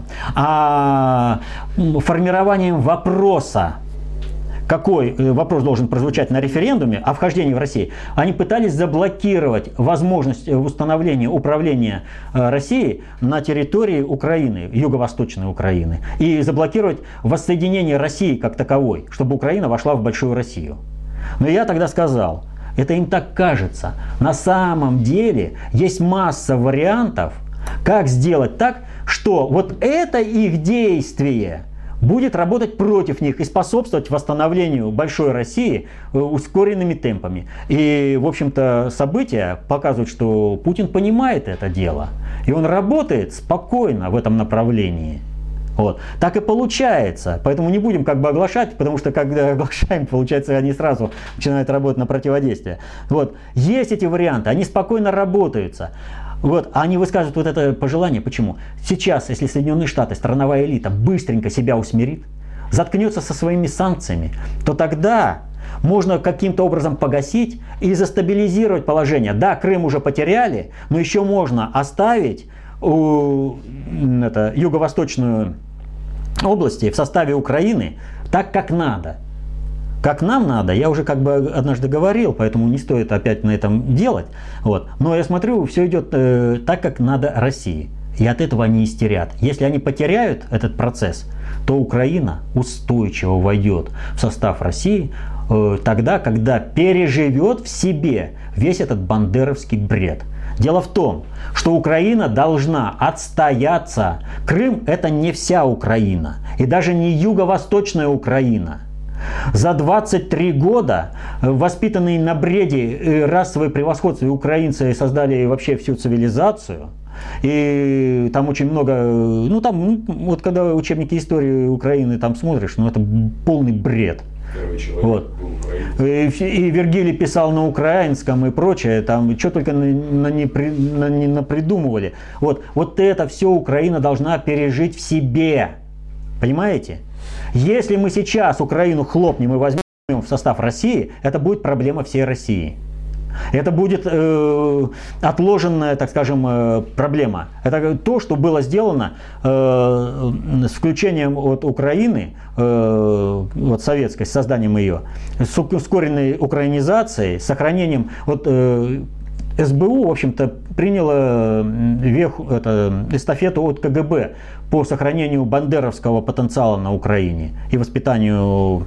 а формированием вопроса, какой вопрос должен прозвучать на референдуме о вхождении в Россию, они пытались заблокировать возможность установления управления Россией на территории Украины, юго-восточной Украины, и заблокировать воссоединение России как таковой, чтобы Украина вошла в большую Россию. Но я тогда сказал, это им так кажется. На самом деле есть масса вариантов, как сделать так, что вот это их действие будет работать против них и способствовать восстановлению большой России ускоренными темпами. И, в общем-то, события показывают, что Путин понимает это дело. И он работает спокойно в этом направлении. Вот. Так и получается. Поэтому не будем как бы оглашать, потому что когда оглашаем, получается, они сразу начинают работать на противодействие. Вот. Есть эти варианты, они спокойно работаются. Вот. А они высказывают вот это пожелание. Почему? Сейчас, если Соединенные Штаты, страновая элита, быстренько себя усмирит, заткнется со своими санкциями, то тогда можно каким-то образом погасить и застабилизировать положение. Да, Крым уже потеряли, но еще можно оставить юго-восточную области в составе Украины так, как надо. Как нам надо, я уже как бы однажды говорил, поэтому не стоит опять на этом делать. Вот. Но я смотрю, все идет так, как надо России. И от этого они истерят. Если они потеряют этот процесс, то Украина устойчиво войдет в состав России тогда, когда переживет в себе весь этот бандеровский бред. Дело в том, что Украина должна отстояться. Крым – это не вся Украина. И даже не юго-восточная Украина. За 23 года воспитанные на бреде расовое превосходство украинцы создали вообще всю цивилизацию. И там очень много, вот когда учебники истории Украины там смотришь, это полный бред. Первый человек вот. был украинцем. И Вергилий писал на украинском и прочее, там что только не напридумывали. Вот это все Украина должна пережить в себе. Понимаете? Если мы сейчас Украину хлопнем и возьмем в состав России, это будет проблема всей России. Это будет отложенная, так скажем, проблема. Это то, что было сделано с включением от Украины, вот советской, с созданием ее, с ускоренной украинизацией, сохранением. СБУ, в общем-то, приняла эстафету от КГБ по сохранению бандеровского потенциала на Украине и воспитанию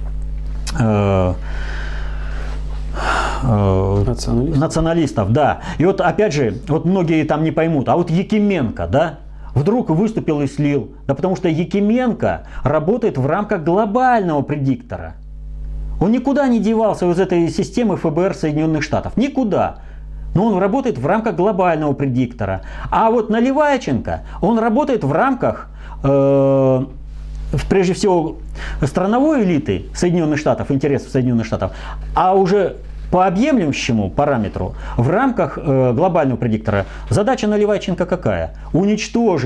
националистов, да. И вот опять же, вот многие там не поймут, а вот Якименко, да, вдруг выступил и слил. Да потому что Якименко работает в рамках глобального предиктора. Он никуда не девался из этой системы ФБР Соединенных Штатов. Никуда. Но он работает в рамках глобального предиктора. А вот Наливайченко, он работает в рамках, прежде всего, страновой элиты Соединенных Штатов, интересов Соединенных Штатов, а уже по объемлющему параметру в рамках глобального предиктора. Задача Наливайченко какая? Уничтожить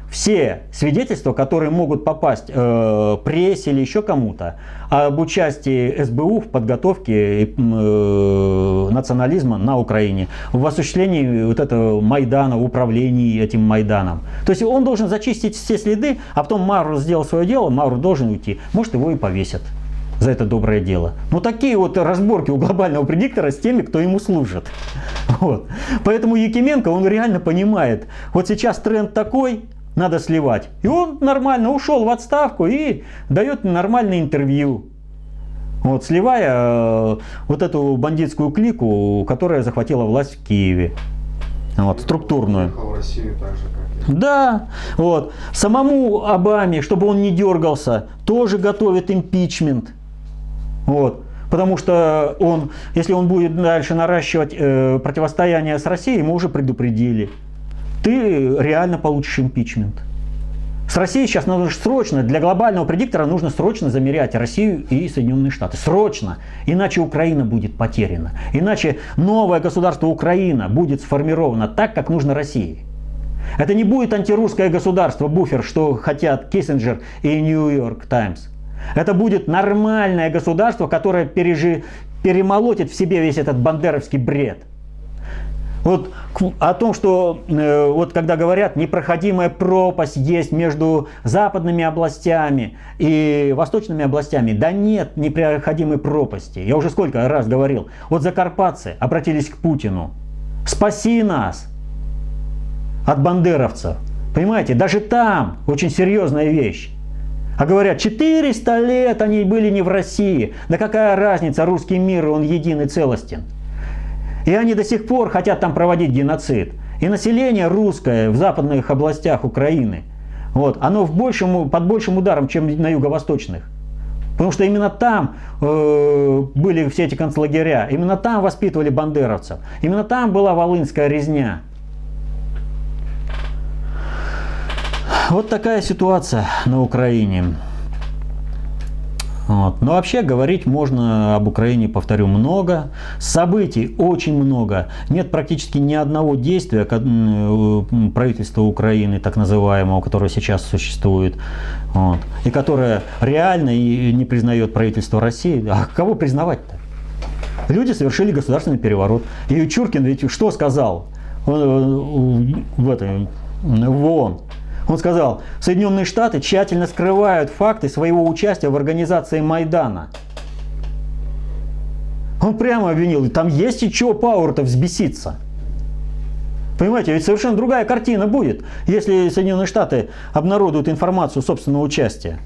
все свидетельства, которые могут попасть прессе или еще кому-то об участии СБУ в подготовке национализма на Украине, в осуществлении вот этого Майдана, в управлении этим Майданом. То есть он должен зачистить все следы, а потом Мавр сделал свое дело, Мавр должен уйти. Может, его и повесят за это доброе дело. Но такие вот разборки у глобального предиктора с теми, кто ему служит. Вот. Поэтому Якименко, он реально понимает, вот сейчас тренд такой, надо сливать. И он нормально ушел в отставку и дает нормальное интервью. Вот, сливая вот эту бандитскую клику, которая захватила власть в Киеве. Вот, структурную. В Россию так же, как и... Да, вот. Самому Обаме, чтобы он не дергался, тоже готовят импичмент. Вот. Потому что он, если он будет дальше наращивать противостояние с Россией, ему уже предупредили. Ты реально получишь импичмент. С Россией сейчас нужно срочно, для глобального предиктора нужно срочно замерять Россию и Соединенные Штаты. Срочно. Иначе Украина будет потеряна. Иначе новое государство Украина будет сформировано так, как нужно России. Это не будет антирусское государство, буфер, что хотят Киссинджер и Нью-Йорк Таймс. Это будет нормальное государство, которое перемолотит в себе весь этот бандеровский бред. Вот о том, что вот когда говорят, непроходимая пропасть есть между западными областями и восточными областями, да нет непроходимой пропасти. Я уже сколько раз говорил. Вот закарпатцы обратились к Путину. Спаси нас от бандеровцев. Понимаете, даже там очень серьезная вещь. А говорят, 400 лет они были не в России. Да какая разница, русский мир, он един и целостен. И они до сих пор хотят там проводить геноцид. И население русское в западных областях Украины, вот, оно под большим ударом, чем на юго-восточных. Потому что именно там были все эти концлагеря, именно там воспитывали бандеровцев, именно там была волынская резня. Вот такая ситуация на Украине. Вот. Но вообще говорить можно об Украине, повторю, много. Событий очень много. Нет практически ни одного действия правительства Украины, так называемого, которое сейчас существует, вот, и которое реально и не признает правительство России. А кого признавать-то? Люди совершили государственный переворот. И Чуркин ведь что сказал в ООН? Он сказал, Соединенные Штаты тщательно скрывают факты своего участия в организации Майдана. Он прямо обвинил, там есть и чего Пауэр-то взбеситься. Понимаете, ведь совершенно другая картина будет, если Соединенные Штаты обнародуют информацию собственного участия.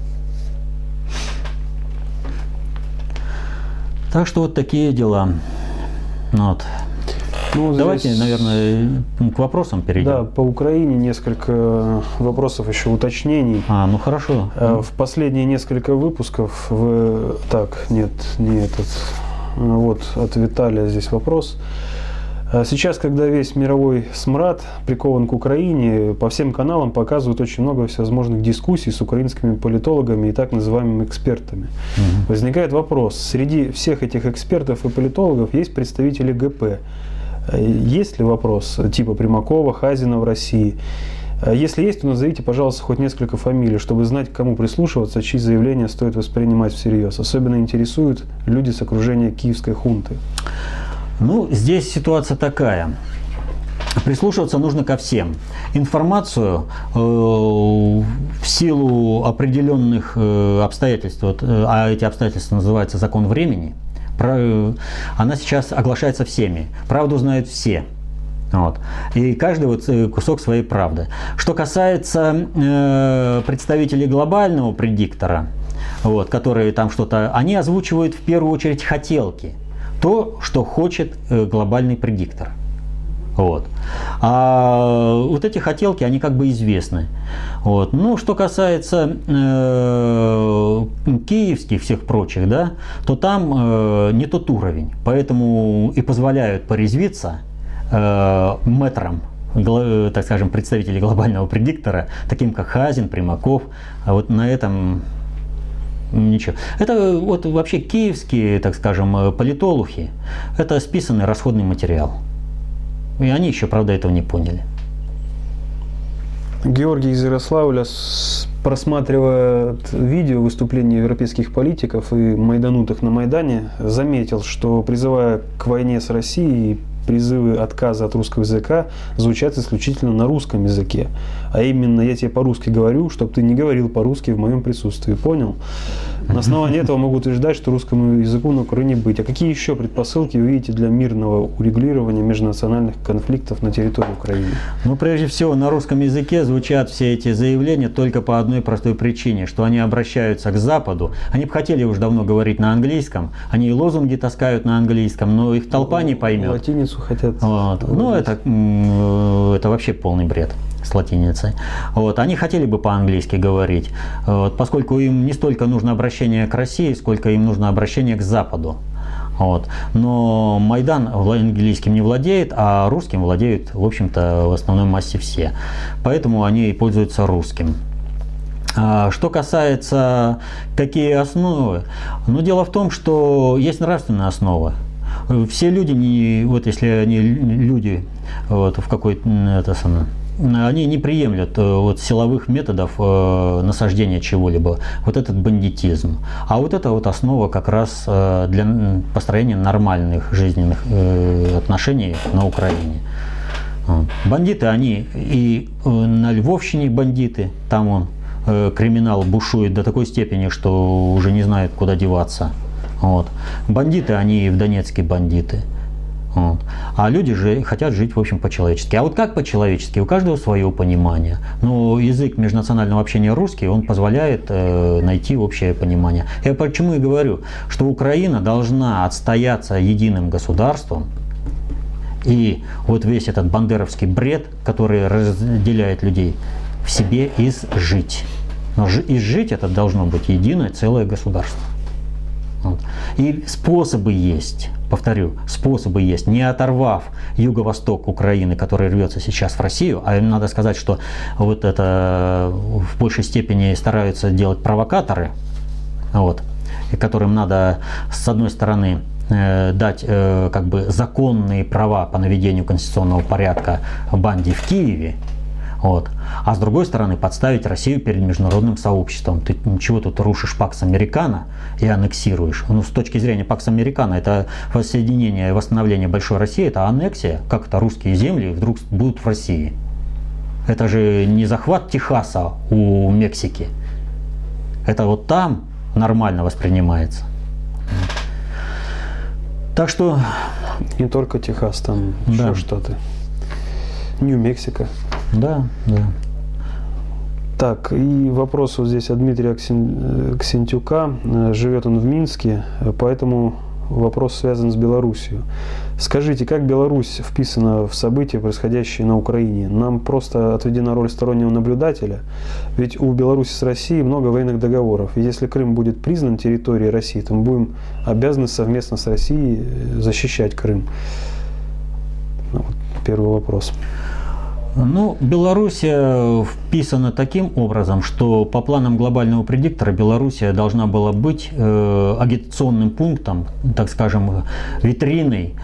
Так что вот такие дела. Вот. Ну, давайте, здесь, наверное, к вопросам перейдем. Да, по Украине несколько вопросов, еще уточнений. Ну хорошо. В последние несколько выпусков вы... Так, нет, не этот. Вот от Виталия здесь вопрос. Сейчас, когда весь мировой смрад прикован к Украине, по всем каналам показывают очень много всевозможных дискуссий с украинскими политологами и так называемыми экспертами. Возникает вопрос, среди всех этих экспертов и политологов есть представители ГП. Есть ли вопрос типа Примакова, Хазина в России? Если есть, то назовите, пожалуйста, хоть несколько фамилий, чтобы знать, к кому прислушиваться, чьи заявления стоит воспринимать всерьез. Особенно интересуют люди с окружения киевской хунты. Ну, здесь ситуация такая. Прислушиваться нужно ко всем. Информацию в силу определенных обстоятельств, а эти обстоятельства называются закон времени, она сейчас оглашается всеми. Правду знают все. Вот. И каждый вот кусок своей правды. Что касается представителей глобального предиктора, вот, которые там что-то, они озвучивают в первую очередь хотелки. То, что хочет глобальный предиктор. Вот. А вот эти хотелки, они как бы известны. Вот. Ну, что касается киевских всех прочих, да, то там не тот уровень. Поэтому и позволяют порезвиться мэтрам, так скажем, представителей глобального предиктора, таким как Хазин, Примаков. А вот на этом ничего. Это вот вообще киевские, так скажем, политологи. Это списанный расходный материал. И они еще, правда, этого не поняли. Георгий из Ярославля, просматривая видео выступлений европейских политиков и майданутых на Майдане, заметил, что, призывая к войне с Россией, призывы отказа от русского языка звучат исключительно на русском языке. А именно, я тебе по-русски говорю, чтобы ты не говорил по-русски в моем присутствии. Понял? На основании этого могу утверждать, что русскому языку на Украине быть. А какие еще предпосылки вы видите для мирного урегулирования межнациональных конфликтов на территории Украины? Ну, прежде всего, на русском языке звучат все эти заявления только по одной простой причине, что они обращаются к Западу. Они бы хотели уже давно говорить на английском, они и лозунги таскают на английском, но их толпа не поймет. Латиницу хотят. Вот. Ну, это вообще полный бред с латиницей. Вот. Они хотели бы по-английски говорить, вот, поскольку им не столько нужно обращение к России, сколько им нужно обращение к Западу. Вот. Но Майдан английским не владеет, а русским владеют, в общем-то, в основной массе все. Поэтому они и пользуются русским. Что касается какие основы, ну, дело в том, что есть нравственная основа. Все люди, вот если они люди вот, в какой-то они не приемлют вот, силовых методов насаждения чего-либо. Вот этот бандитизм. А вот это вот основа как раз для построения нормальных жизненных отношений на Украине. Бандиты, они и на Львовщине бандиты, там криминал бушует до такой степени, что уже не знают, куда деваться. Вот. Бандиты, они и в Донецке бандиты. Вот. А люди же хотят жить, в общем, по-человечески. А вот как по-человечески? У каждого свое понимание. Но язык межнационального общения русский, он позволяет найти общее понимание. Я почему и говорю, что Украина должна отстояться единым государством. И вот весь этот бандеровский бред, который разделяет людей, в себе изжить. Но изжить это должно быть единое целое государство. Вот. И способы есть, повторю, способы есть, не оторвав юго-восток Украины, который рвется сейчас в Россию, а им надо сказать, что вот это в большей степени стараются делать провокаторы, вот, которым надо с одной стороны дать как бы законные права по наведению конституционного порядка банде в Киеве, вот. А с другой стороны, подставить Россию перед международным сообществом. Ты ничего тут рушишь Пакс Американо и аннексируешь. Ну, с точки зрения Пакс Американо, это воссоединение и восстановление Большой России, это аннексия. Как это русские земли вдруг будут в России? Это же не захват Техаса у Мексики. Это вот там нормально воспринимается. Так что... Не только Техас, там еще штаты. Нью-Мексико. Да, да. Так, и вопрос вот здесь от Дмитрия Ксентюка. Живет он в Минске, поэтому вопрос связан с Белоруссией. Скажите, как Беларусь вписана в события, происходящие на Украине? Нам просто отведена роль стороннего наблюдателя? Ведь у Беларуси с Россией много военных договоров. И если Крым будет признан территорией России, то мы будем обязаны совместно с Россией защищать Крым. Вот первый вопрос. Ну, Белоруссия вписана таким образом, что по планам глобального предиктора Белоруссия должна была быть агитационным пунктом, так скажем, витриной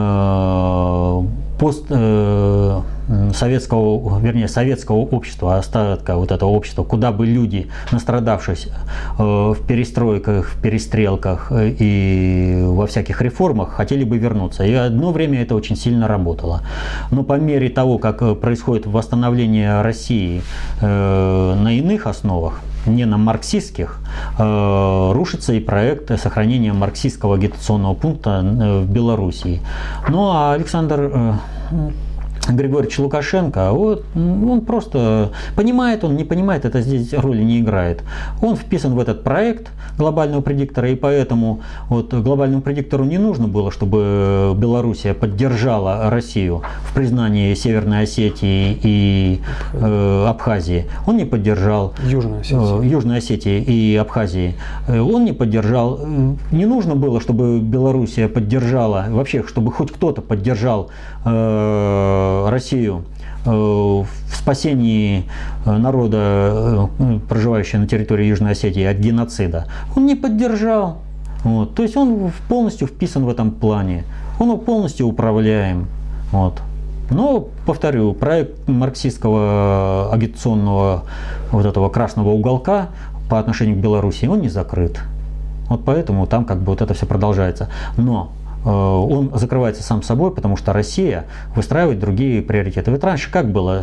советского общества, остатка вот этого общества, куда бы люди, настрадавшись в перестройках, в перестрелках и во всяких реформах, хотели бы вернуться. И одно время это очень сильно работало. Но по мере того, как происходит восстановление России на иных основах, не на марксистских, рушится и проект сохранения марксистского агитационного пункта в Белоруссии. Ну а Александр Григорьевич Лукашенко, вот, он просто понимает, он не понимает, это здесь роли не играет. Он вписан в этот проект глобального предиктора, и поэтому вот глобальному предиктору не нужно было, чтобы Белоруссия поддержала Россию в признании Северной Осетии и Абхазии. Он не поддержал Южной Осетии и Абхазии. Он не поддержал. Не нужно было, чтобы Белоруссия поддержала, вообще, чтобы хоть кто-то поддержал Россию в спасении народа, проживающего на территории Южной Осетии, от геноцида. Он не поддержал. Вот. То есть он полностью вписан в этом плане. Он полностью управляем. Вот. Но, повторю, проект марксистского агитационного вот этого красного уголка по отношению к Беларуси, он не закрыт. Вот поэтому там как бы вот это все продолжается. Но он закрывается сам собой, потому что Россия выстраивает другие приоритеты. Ведь раньше как было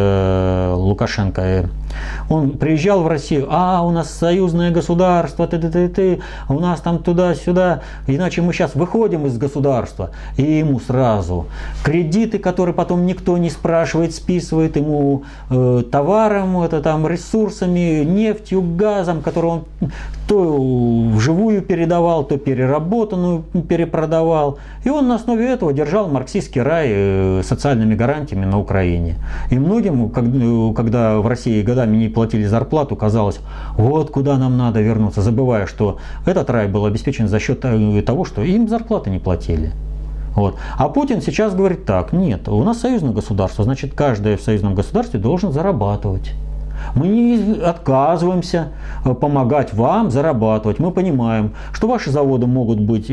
с Лукашенко? Он приезжал в Россию, у нас союзное государство, у нас там туда-сюда, иначе мы сейчас выходим из государства. И ему сразу кредиты, которые потом никто не спрашивает, списывает ему товаром, это там ресурсами, нефтью, газом, который он то вживую передавал, то переработанную перепродавал. И он на основе этого держал марксистский рай социальными гарантиями на Украине. И многим, когда в России годами не платили зарплату, казалось, вот куда нам надо вернуться, забывая, что этот рай был обеспечен за счет того, что им зарплаты не платили. Вот. А Путин сейчас говорит так: нет, у нас союзное государство, значит, каждый в союзном государстве должен зарабатывать. Мы не отказываемся помогать вам зарабатывать. Мы понимаем, что ваши заводы могут быть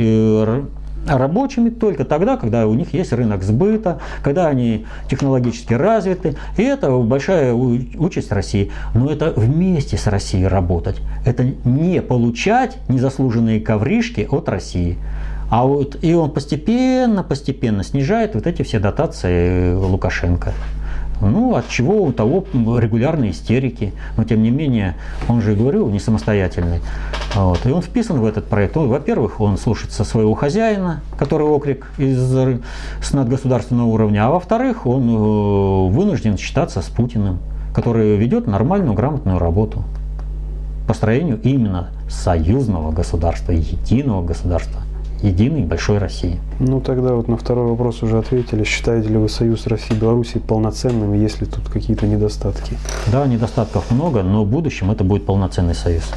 рабочими только тогда, когда у них есть рынок сбыта, когда они технологически развиты. И это большая участь России. Но это вместе с Россией работать. Это не получать незаслуженные ковришки от России. И он постепенно снижает вот эти все дотации Лукашенко. От чего у того регулярные истерики. Но тем не менее, он же, говорю, не самостоятельный. Вот. И он вписан в этот проект. Во-первых, он слушается своего хозяина, который окрик с надгосударственного уровня. А во-вторых, он вынужден считаться с Путиным, который ведет нормальную, грамотную работу по строению именно союзного государства, единого государства. Единой большой России. Тогда вот на второй вопрос уже ответили. Считаете ли вы союз России и Беларуси полноценным, есть ли тут какие-то недостатки? Да, недостатков много, но в будущем это будет полноценный союз.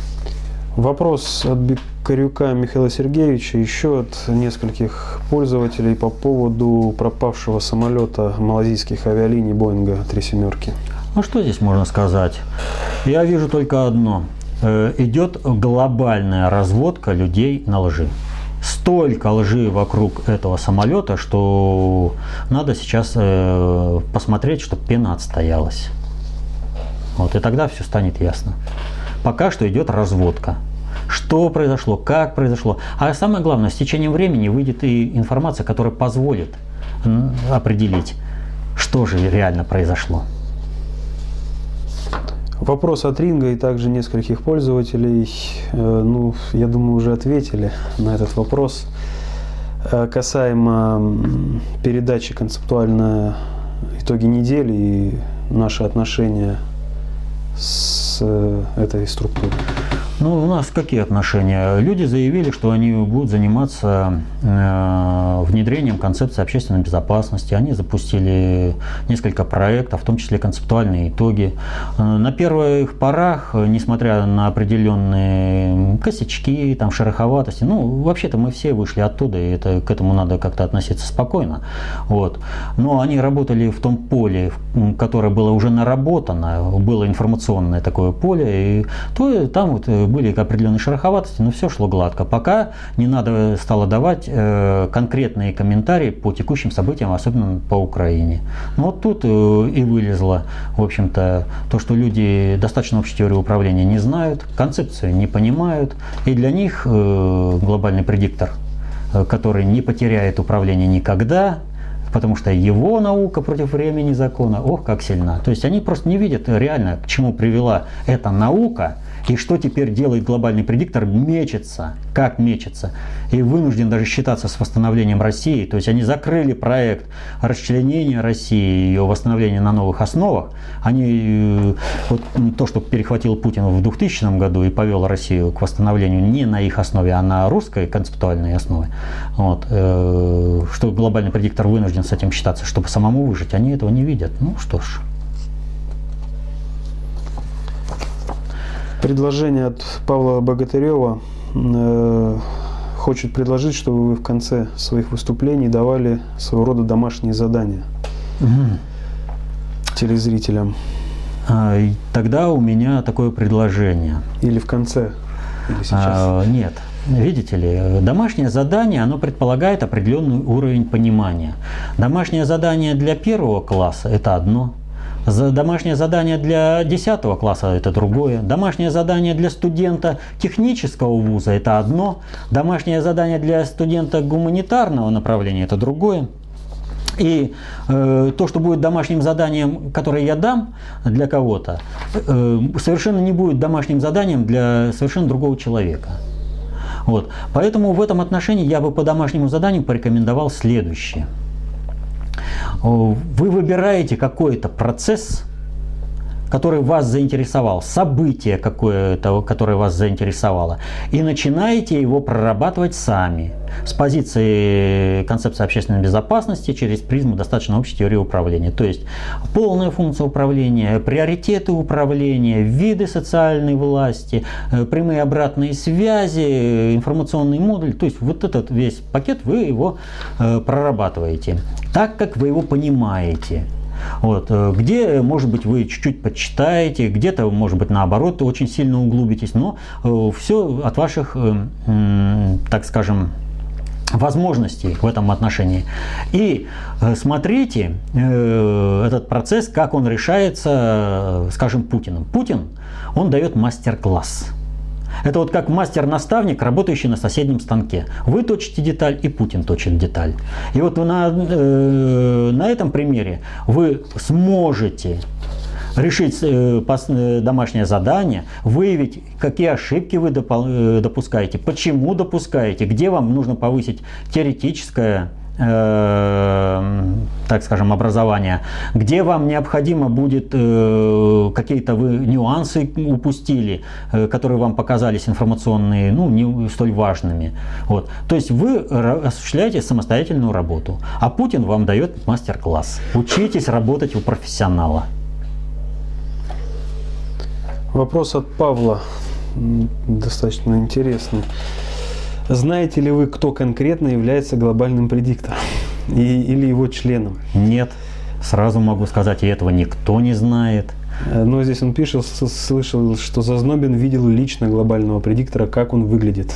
Вопрос от Бекарюка Михаила Сергеевича, еще от нескольких пользователей по поводу пропавшего самолета малазийских авиалиний Боинга 37. Что здесь можно сказать? Я вижу только одно. Идет глобальная разводка людей на лжи. Столько лжи вокруг этого самолета, что надо сейчас посмотреть, чтобы пена отстоялась. И тогда все станет ясно. Пока что идет разводка. Что произошло, как произошло. А самое главное, с течением времени выйдет и информация, которая позволит определить, что же реально произошло. Вопрос от Ринга и также нескольких пользователей. Я думаю, уже ответили на этот вопрос. Касаемо передачи концептуально итоги недели и наши отношения с этой структурой. У нас какие отношения? Люди заявили, что они будут заниматься внедрением концепции общественной безопасности. Они запустили несколько проектов, в том числе концептуальные итоги. На первых порах, несмотря на определенные косячки, шероховатости, вообще-то мы все вышли оттуда, и к этому надо как-то относиться спокойно. Но они работали в том поле, которое было уже наработано, было информационное такое поле, и там были определенные шероховатости, но все шло гладко. Пока не надо стало давать конкретные комментарии по текущим событиям, особенно по Украине. Тут и вылезло, в общем-то, то, что люди достаточно общей теории управления не знают, концепцию не понимают, и для них глобальный предиктор, который не потеряет управление никогда, потому что его наука против времени закона, как сильна. То есть они просто не видят реально, к чему привела эта наука, и что теперь делает глобальный предиктор? Мечется. Как мечется? И вынужден даже считаться с восстановлением России. То есть они закрыли проект расчленения России, ее восстановления на новых основах. Они, то, что перехватил Путин в 2000 году и повел Россию к восстановлению не на их основе, а на русской концептуальной основе, что глобальный предиктор вынужден с этим считаться, чтобы самому выжить, они этого не видят. Что ж. Предложение от Павла Богатырева. Хочет предложить, чтобы вы в конце своих выступлений давали своего рода домашние задания телезрителям. Тогда у меня такое предложение. Или в конце, или сейчас? Нет. видите ли, домашнее задание, оно предполагает определенный уровень понимания. Домашнее задание для 1 класса – это одно. Домашнее задание для 10 класса – это другое. Домашнее задание для студента технического вуза – это одно. Домашнее задание для студента гуманитарного направления – это другое. И то, что будет домашним заданием, которое я дам для кого-то, совершенно не будет домашним заданием для совершенно другого человека. Вот. Поэтому в этом отношении я бы по домашнему заданию порекомендовал следующее. Вы выбираете какой-то процесс, который вас заинтересовал, событие какое-то, которое вас заинтересовало, и начинаете его прорабатывать сами с позиции концепции общественной безопасности через призму достаточно общей теории управления. То есть полная функция управления, приоритеты управления, виды социальной власти, прямые обратные связи, информационный модуль. То есть вот этот весь пакет вы его прорабатываете так, как вы его понимаете. Вот. Где, может быть, вы чуть-чуть почитаете, где-то, может быть, наоборот, очень сильно углубитесь, но все от ваших, так скажем, возможностей в этом отношении. И смотрите этот процесс, как он решается, скажем, Путиным. Путин, он дает мастер-класс. Это вот как мастер-наставник, работающий на соседнем станке. Вы точите деталь, и Путин точит деталь. И вот на этом примере вы сможете решить домашнее задание, выявить, какие ошибки вы допускаете, почему допускаете, где вам нужно повысить теоретическое, так скажем, образование, где вам необходимо будет какие-то вы нюансы упустили, которые вам показались информационные, ну, не столь важными. Вот. То есть вы осуществляете самостоятельную работу, а Путин вам дает мастер-класс. Учитесь работать у профессионала. Вопрос от Павла, достаточно интересный. Знаете ли вы, кто конкретно является глобальным предиктором или его членом? Нет, сразу могу сказать, и этого никто не знает. Но здесь он пишет, слышал, что Зазнобин видел лично глобального предиктора, как он выглядит.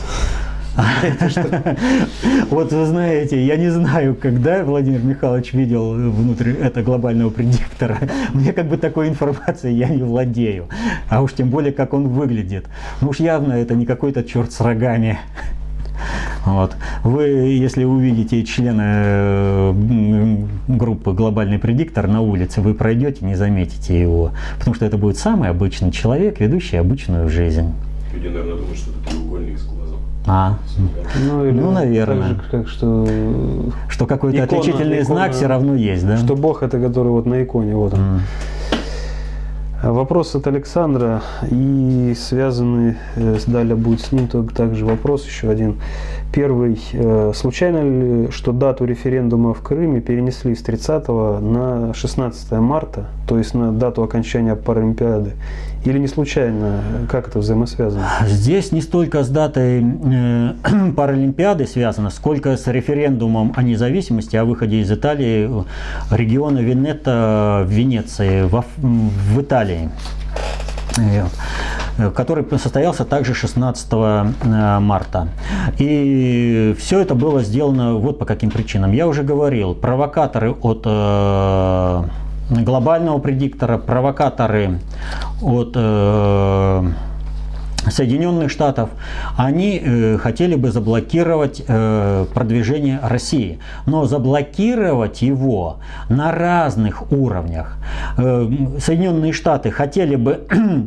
Вот вы знаете, я не знаю, когда Владимир Михайлович видел внутрь этого глобального предиктора. Мне как бы такой информацией я не владею. А уж тем более, как он выглядит. Ну уж явно это не какой-то черт с рогами. Вот. Вы, если увидите члена группы «Глобальный предиктор» на улице, вы пройдете, не заметите его. Потому что это будет самый обычный человек, ведущий обычную жизнь. Люди, наверное, думают, что это треугольник с глазом. Ну, наверное. Так же, как что какой-то отличительный знак все равно есть, да? Что Бог это, который вот на иконе, вот он. Вопрос от Александра и связанный, далее будет с ним также вопрос еще один. Первый. Случайно ли, что дату референдума в Крыме перенесли с 30 на 16 марта, то есть на дату окончания Паралимпиады? Или не случайно? Как это взаимосвязано? Здесь не столько с датой Паралимпиады связано, сколько с референдумом о независимости, о выходе из Италии региона Венето в Венеции, в Италии, который состоялся также 16 марта. И все это было сделано вот по каким причинам. Я уже говорил, провокаторы от глобального предиктора, провокаторы от Соединенных Штатов, они хотели бы заблокировать продвижение России. Но заблокировать его на разных уровнях. Соединенные Штаты хотели бы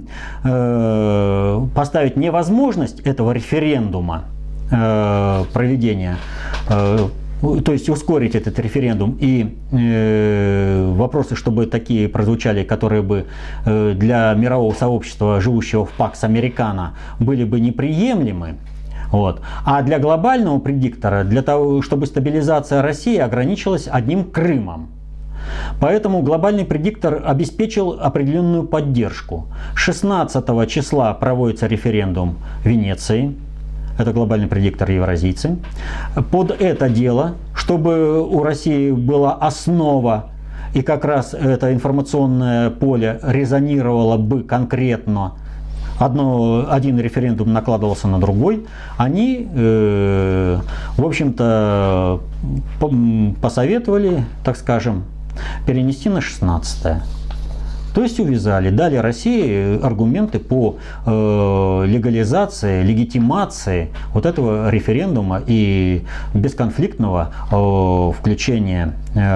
поставить невозможность этого референдума проведения, то есть ускорить этот референдум и вопросы, чтобы такие прозвучали, которые бы для мирового сообщества, живущего в Пакс Американо, были бы неприемлемы. Вот. А для глобального предиктора, для того, чтобы стабилизация России ограничилась одним Крымом. Поэтому глобальный предиктор обеспечил определенную поддержку. 16 числа проводится референдум в Венеции. Это глобальный предиктор евразийцы. Под это дело, чтобы у России была основа, и как раз это информационное поле резонировало бы конкретно один референдум накладывался на другой, они, в общем-то, посоветовали, так скажем, перенести на 16-е. То есть увязали, дали России аргументы по легализации, легитимации вот этого референдума и бесконфликтного включения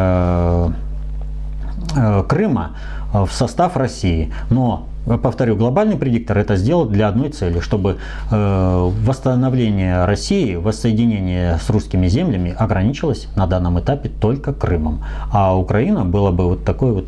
Крыма в состав России. Но, повторю, глобальный предиктор это сделал для одной цели, чтобы восстановление России, воссоединение с русскими землями ограничилось на данном этапе только Крымом. А Украина была бы вот такой вот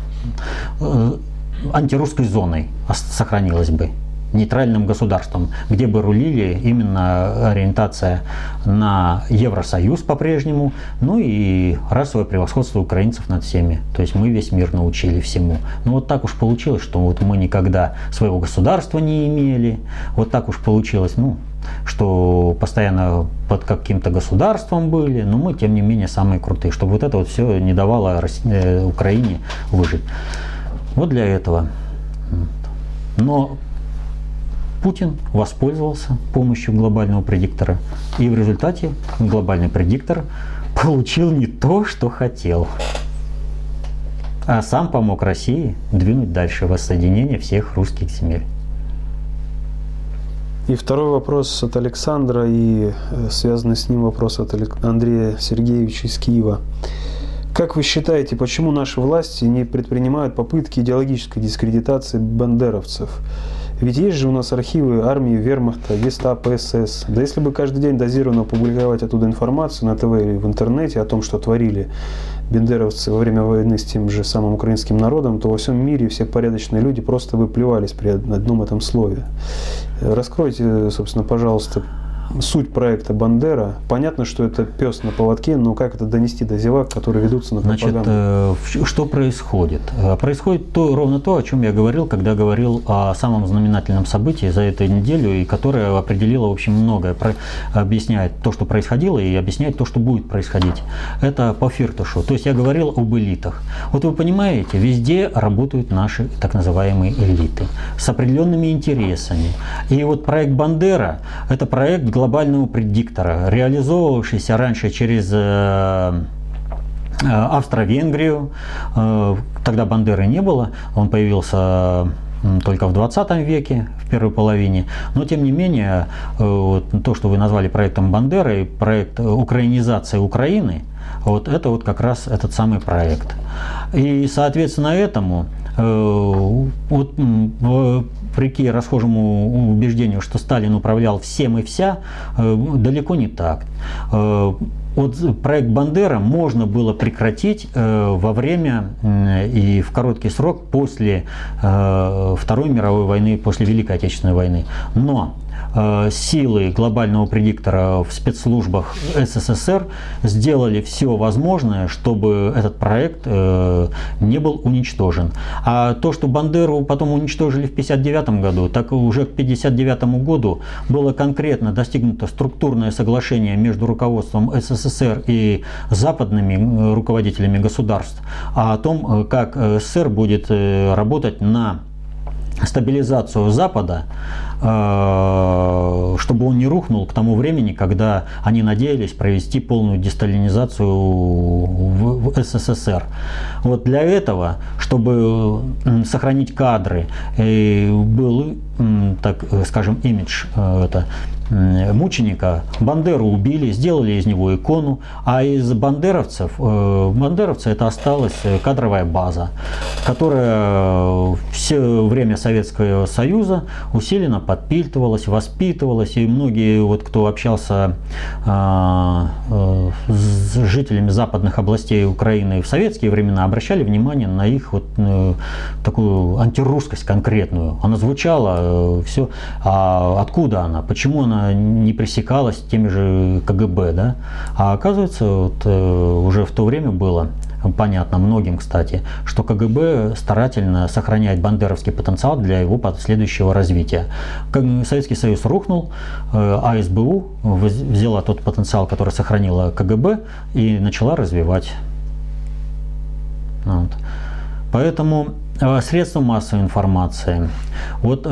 антирусской зоной, сохранилась бы, нейтральным государством, где бы рулили именно ориентация на Евросоюз по-прежнему, ну и расовое превосходство украинцев над всеми. То есть мы весь мир научили всему. Но вот так уж получилось, что вот мы никогда своего государства не имели. Вот так уж получилось, что постоянно под каким-то государством были, но мы, тем не менее, самые крутые, чтобы вот это вот все не давало Украине выжить. Вот для этого. Но Путин воспользовался помощью глобального предиктора, и в результате глобальный предиктор получил не то, что хотел, а сам помог России двинуть дальше воссоединение всех русских земель. И второй вопрос от Александра, и связанный с ним вопрос от Андрея Сергеевича из Киева. Как вы считаете, почему наши власти не предпринимают попытки идеологической дискредитации бандеровцев? Ведь есть же у нас архивы армии, вермахта, гестапо, СС. Да если бы каждый день дозированно публиковать оттуда информацию на ТВ и в интернете о том, что творили бандеровцы во время войны с тем же самым украинским народом, то во всем мире все порядочные люди просто выплевались при одном этом слове. Раскройте, собственно, пожалуйста, суть проекта «Бандера». Понятно, что это пес на поводке, но как это донести до зевак, которые ведутся на пропаганду? Значит, что происходит? Происходит ровно то, о чем я говорил, когда говорил о самом знаменательном событии за эту неделю, и которое определило, в общем, многое. Объясняет то, что происходило, и объясняет то, что будет происходить. Это по Фирташу. То есть я говорил об элитах. Вот вы понимаете, везде работают наши так называемые элиты с определенными интересами. И вот проект «Бандера» – это проект глобального предиктора, реализовывавшийся раньше через Австро-Венгрию. Тогда Бандеры не было, он появился только в 20 веке, в первой половине. Но, тем не менее, то, что вы назвали проектом Бандеры, проект украинизации Украины, вот это вот как раз этот самый проект. И, соответственно, этому вопреки расхожему убеждению, что Сталин управлял всем и вся, далеко не так. Вот проект «Бандера» можно было прекратить во время и в короткий срок после Второй мировой войны, после Великой Отечественной войны. Но силы глобального предиктора в спецслужбах СССР сделали все возможное, чтобы этот проект не был уничтожен. А то, что Бандеру потом уничтожили в 1959 году, так уже к 1959 году было конкретно достигнуто структурное соглашение между руководством СССР и западными руководителями государств о том, как СССР будет работать на стабилизацию Запада, чтобы он не рухнул к тому времени, когда они надеялись провести полную десталинизацию в СССР. Вот для этого, чтобы сохранить кадры, был, так скажем, имидж мученика, Бандеру убили, сделали из него икону, а из бандеровцев, бандеровцы это осталась кадровая база, которая все время Советского Союза усиленно подпитывалась, воспитывалась, и многие, вот, кто общался с жителями западных областей Украины в советские времена, обращали внимание на их вот такую антирусскость конкретную. Она звучала, все, а откуда она, почему она не пресекалась теми же КГБ, да? А оказывается, вот, уже в то время было понятно многим, кстати, что КГБ старательно сохраняет бандеровский потенциал для его последующего развития. Советский Союз рухнул, а СБУ взяла тот потенциал, который сохранила КГБ, и начала развивать. Вот. Поэтому средства массовой информации, вот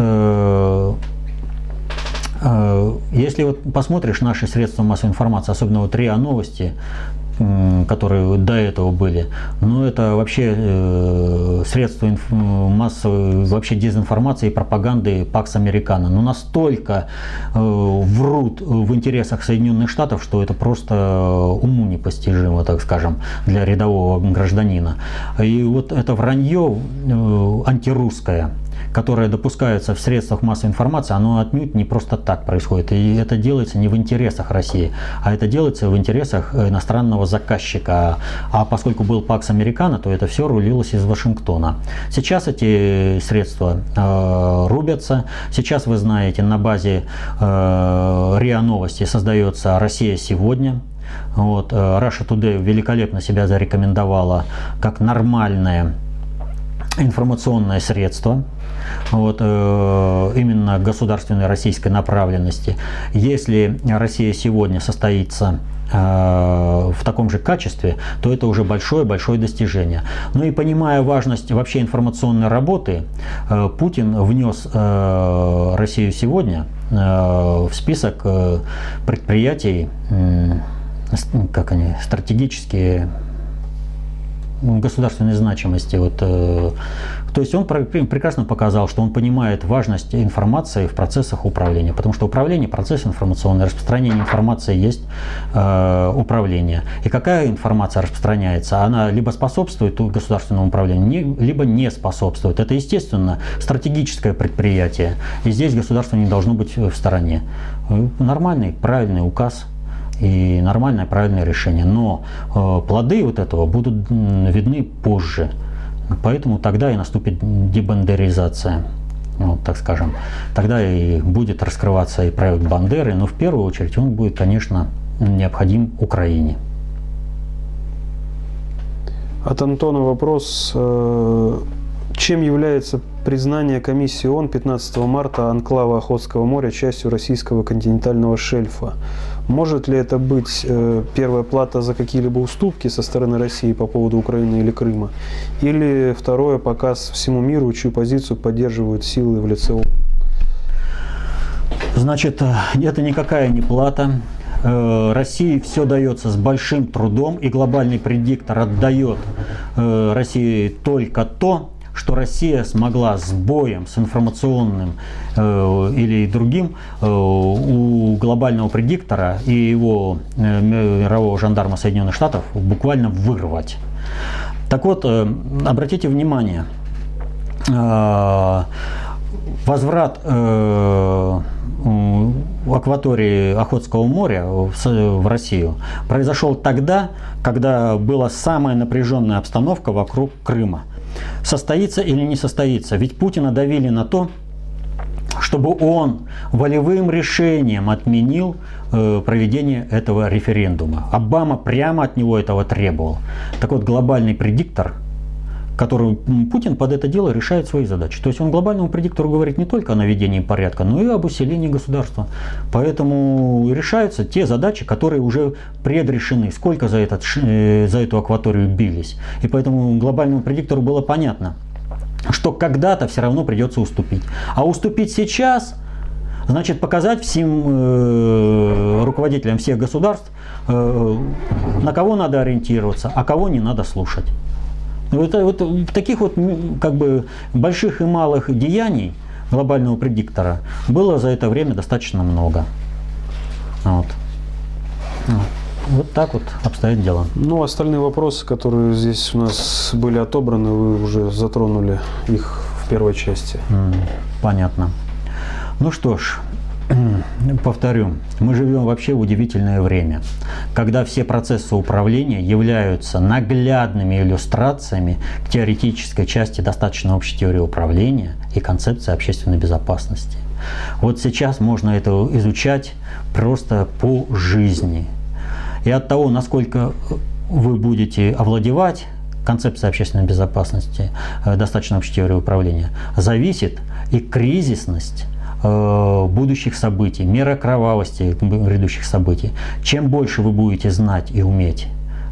если вот посмотришь наши средства массовой информации, особенно вот РИА Новости, которые до этого были, ну это вообще средства массовой вообще дезинформации и пропаганды Пакс Американо. Но настолько врут в интересах Соединенных Штатов, что это просто уму непостижимо, так скажем, для рядового гражданина. И вот это вранье антирусское, которое допускается в средствах массовой информации, оно отнюдь не просто так происходит. И это делается не в интересах России, а это делается в интересах иностранного заказчика. А поскольку был Пакс Американо, то это все рулилось из Вашингтона. Сейчас эти средства рубятся. Сейчас, вы знаете, на базе РИА Новости создается «Россия сегодня». Вот, Russia Today великолепно себя зарекомендовала как нормальное информационное средство, вот, именно государственной российской направленности. Если Россия сегодня состоится в таком же качестве, то это уже большое-большое достижение. Ну и понимая важность вообще информационной работы, Путин внес Россию сегодня в список предприятий, как они, стратегические, государственной значимости. Вот, то есть он прекрасно показал, что он понимает важность информации в процессах управления, потому что управление – процесс информационный, распространение информации есть управление. И какая информация распространяется? Она либо способствует государственному управлению, либо не способствует. Это, естественно, стратегическое предприятие, и здесь государство не должно быть в стороне. Нормальный, правильный указ и нормальное, правильное решение. Но плоды вот этого будут видны позже. Поэтому тогда и наступит дебандеризация. Вот, так скажем. Тогда и будет раскрываться и проект Бандеры, но в первую очередь он будет, конечно, необходим Украине. От Антона вопрос. Чем является признание комиссии ООН 15 марта анклава Охотского моря частью российского континентального шельфа? Может ли это быть первая плата за какие-либо уступки со стороны России по поводу Украины или Крыма? Или второе, показ всему миру, чью позицию поддерживают силы в лице ООН? Значит, это никакая не плата. России все дается с большим трудом, и глобальный предиктор отдает России только то, что Россия смогла с боем, с информационным или другим у глобального предиктора и его мирового жандарма Соединенных Штатов буквально вырвать. Так вот, обратите внимание, возврат в акватории Охотского моря в Россию произошел тогда, когда была самая напряженная обстановка вокруг Крыма. Состоится или не состоится? Ведь Путина давили на то, чтобы он волевым решением отменил проведение этого референдума. Обама прямо от него этого требовал. Так вот, глобальный предиктор, который Путин под это дело решает свои задачи. То есть он глобальному предиктору говорит не только о наведении порядка, но и об усилении государства. Поэтому решаются те задачи, которые уже предрешены. Сколько за эту акваторию бились. И поэтому глобальному предиктору было понятно, что когда-то все равно придется уступить. А уступить сейчас значит показать всем руководителям всех государств, на кого надо ориентироваться, а кого не надо слушать. Это вот таких вот как бы больших и малых деяний глобального предиктора было за это время достаточно много. Вот. Вот так вот обстоят дела. Ну, остальные вопросы, которые здесь у нас были отобраны, вы уже затронули их в первой части. Понятно. Ну что ж, повторю, мы живем вообще в удивительное время, когда все процессы управления являются наглядными иллюстрациями к теоретической части достаточно общей теории управления и концепции общественной безопасности. Вот сейчас можно это изучать просто по жизни. И от того, насколько вы будете овладевать концепцией общественной безопасности, достаточно общей теории управления, зависит и кризисность будущих событий, мера кровавости грядущих событий. Чем больше вы будете знать и уметь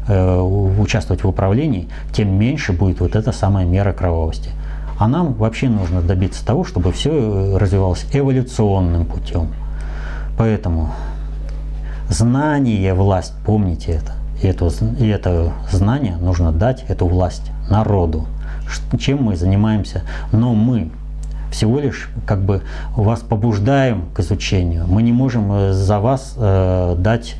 участвовать в управлении, тем меньше будет вот эта самая мера кровавости. А нам вообще нужно добиться того, чтобы все развивалось эволюционным путем. Поэтому знание – власть, помните это. И это знание нужно дать, эту власть, народу. Чем мы занимаемся? Но мы всего лишь как бы вас побуждаем к изучению. Мы не можем за вас дать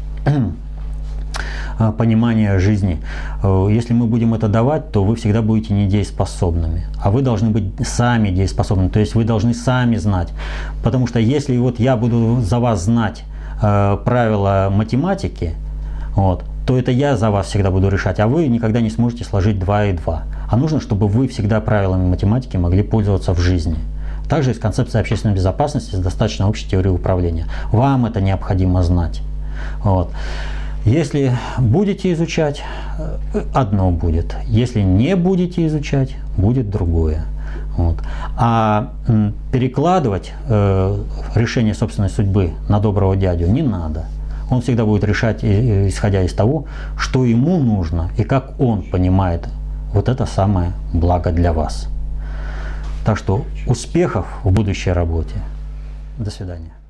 понимание жизни. Если мы будем это давать, то вы всегда будете недееспособными. А вы должны быть сами дееспособными. То есть вы должны сами знать. Потому что если вот я буду за вас знать правила математики, вот, то это я за вас всегда буду решать, а вы никогда не сможете сложить 2 и 2. А нужно, чтобы вы всегда правилами математики могли пользоваться в жизни. Также и с концепцией общественной безопасности, с достаточно общей теорией управления. Вам это необходимо знать. Вот. Если будете изучать, одно будет. Если не будете изучать, будет другое. Вот. А перекладывать решение собственной судьбы на доброго дядю не надо. Он всегда будет решать, исходя из того, что ему нужно и как он понимает вот это самое благо для вас. Так что успехов в будущей работе. До свидания.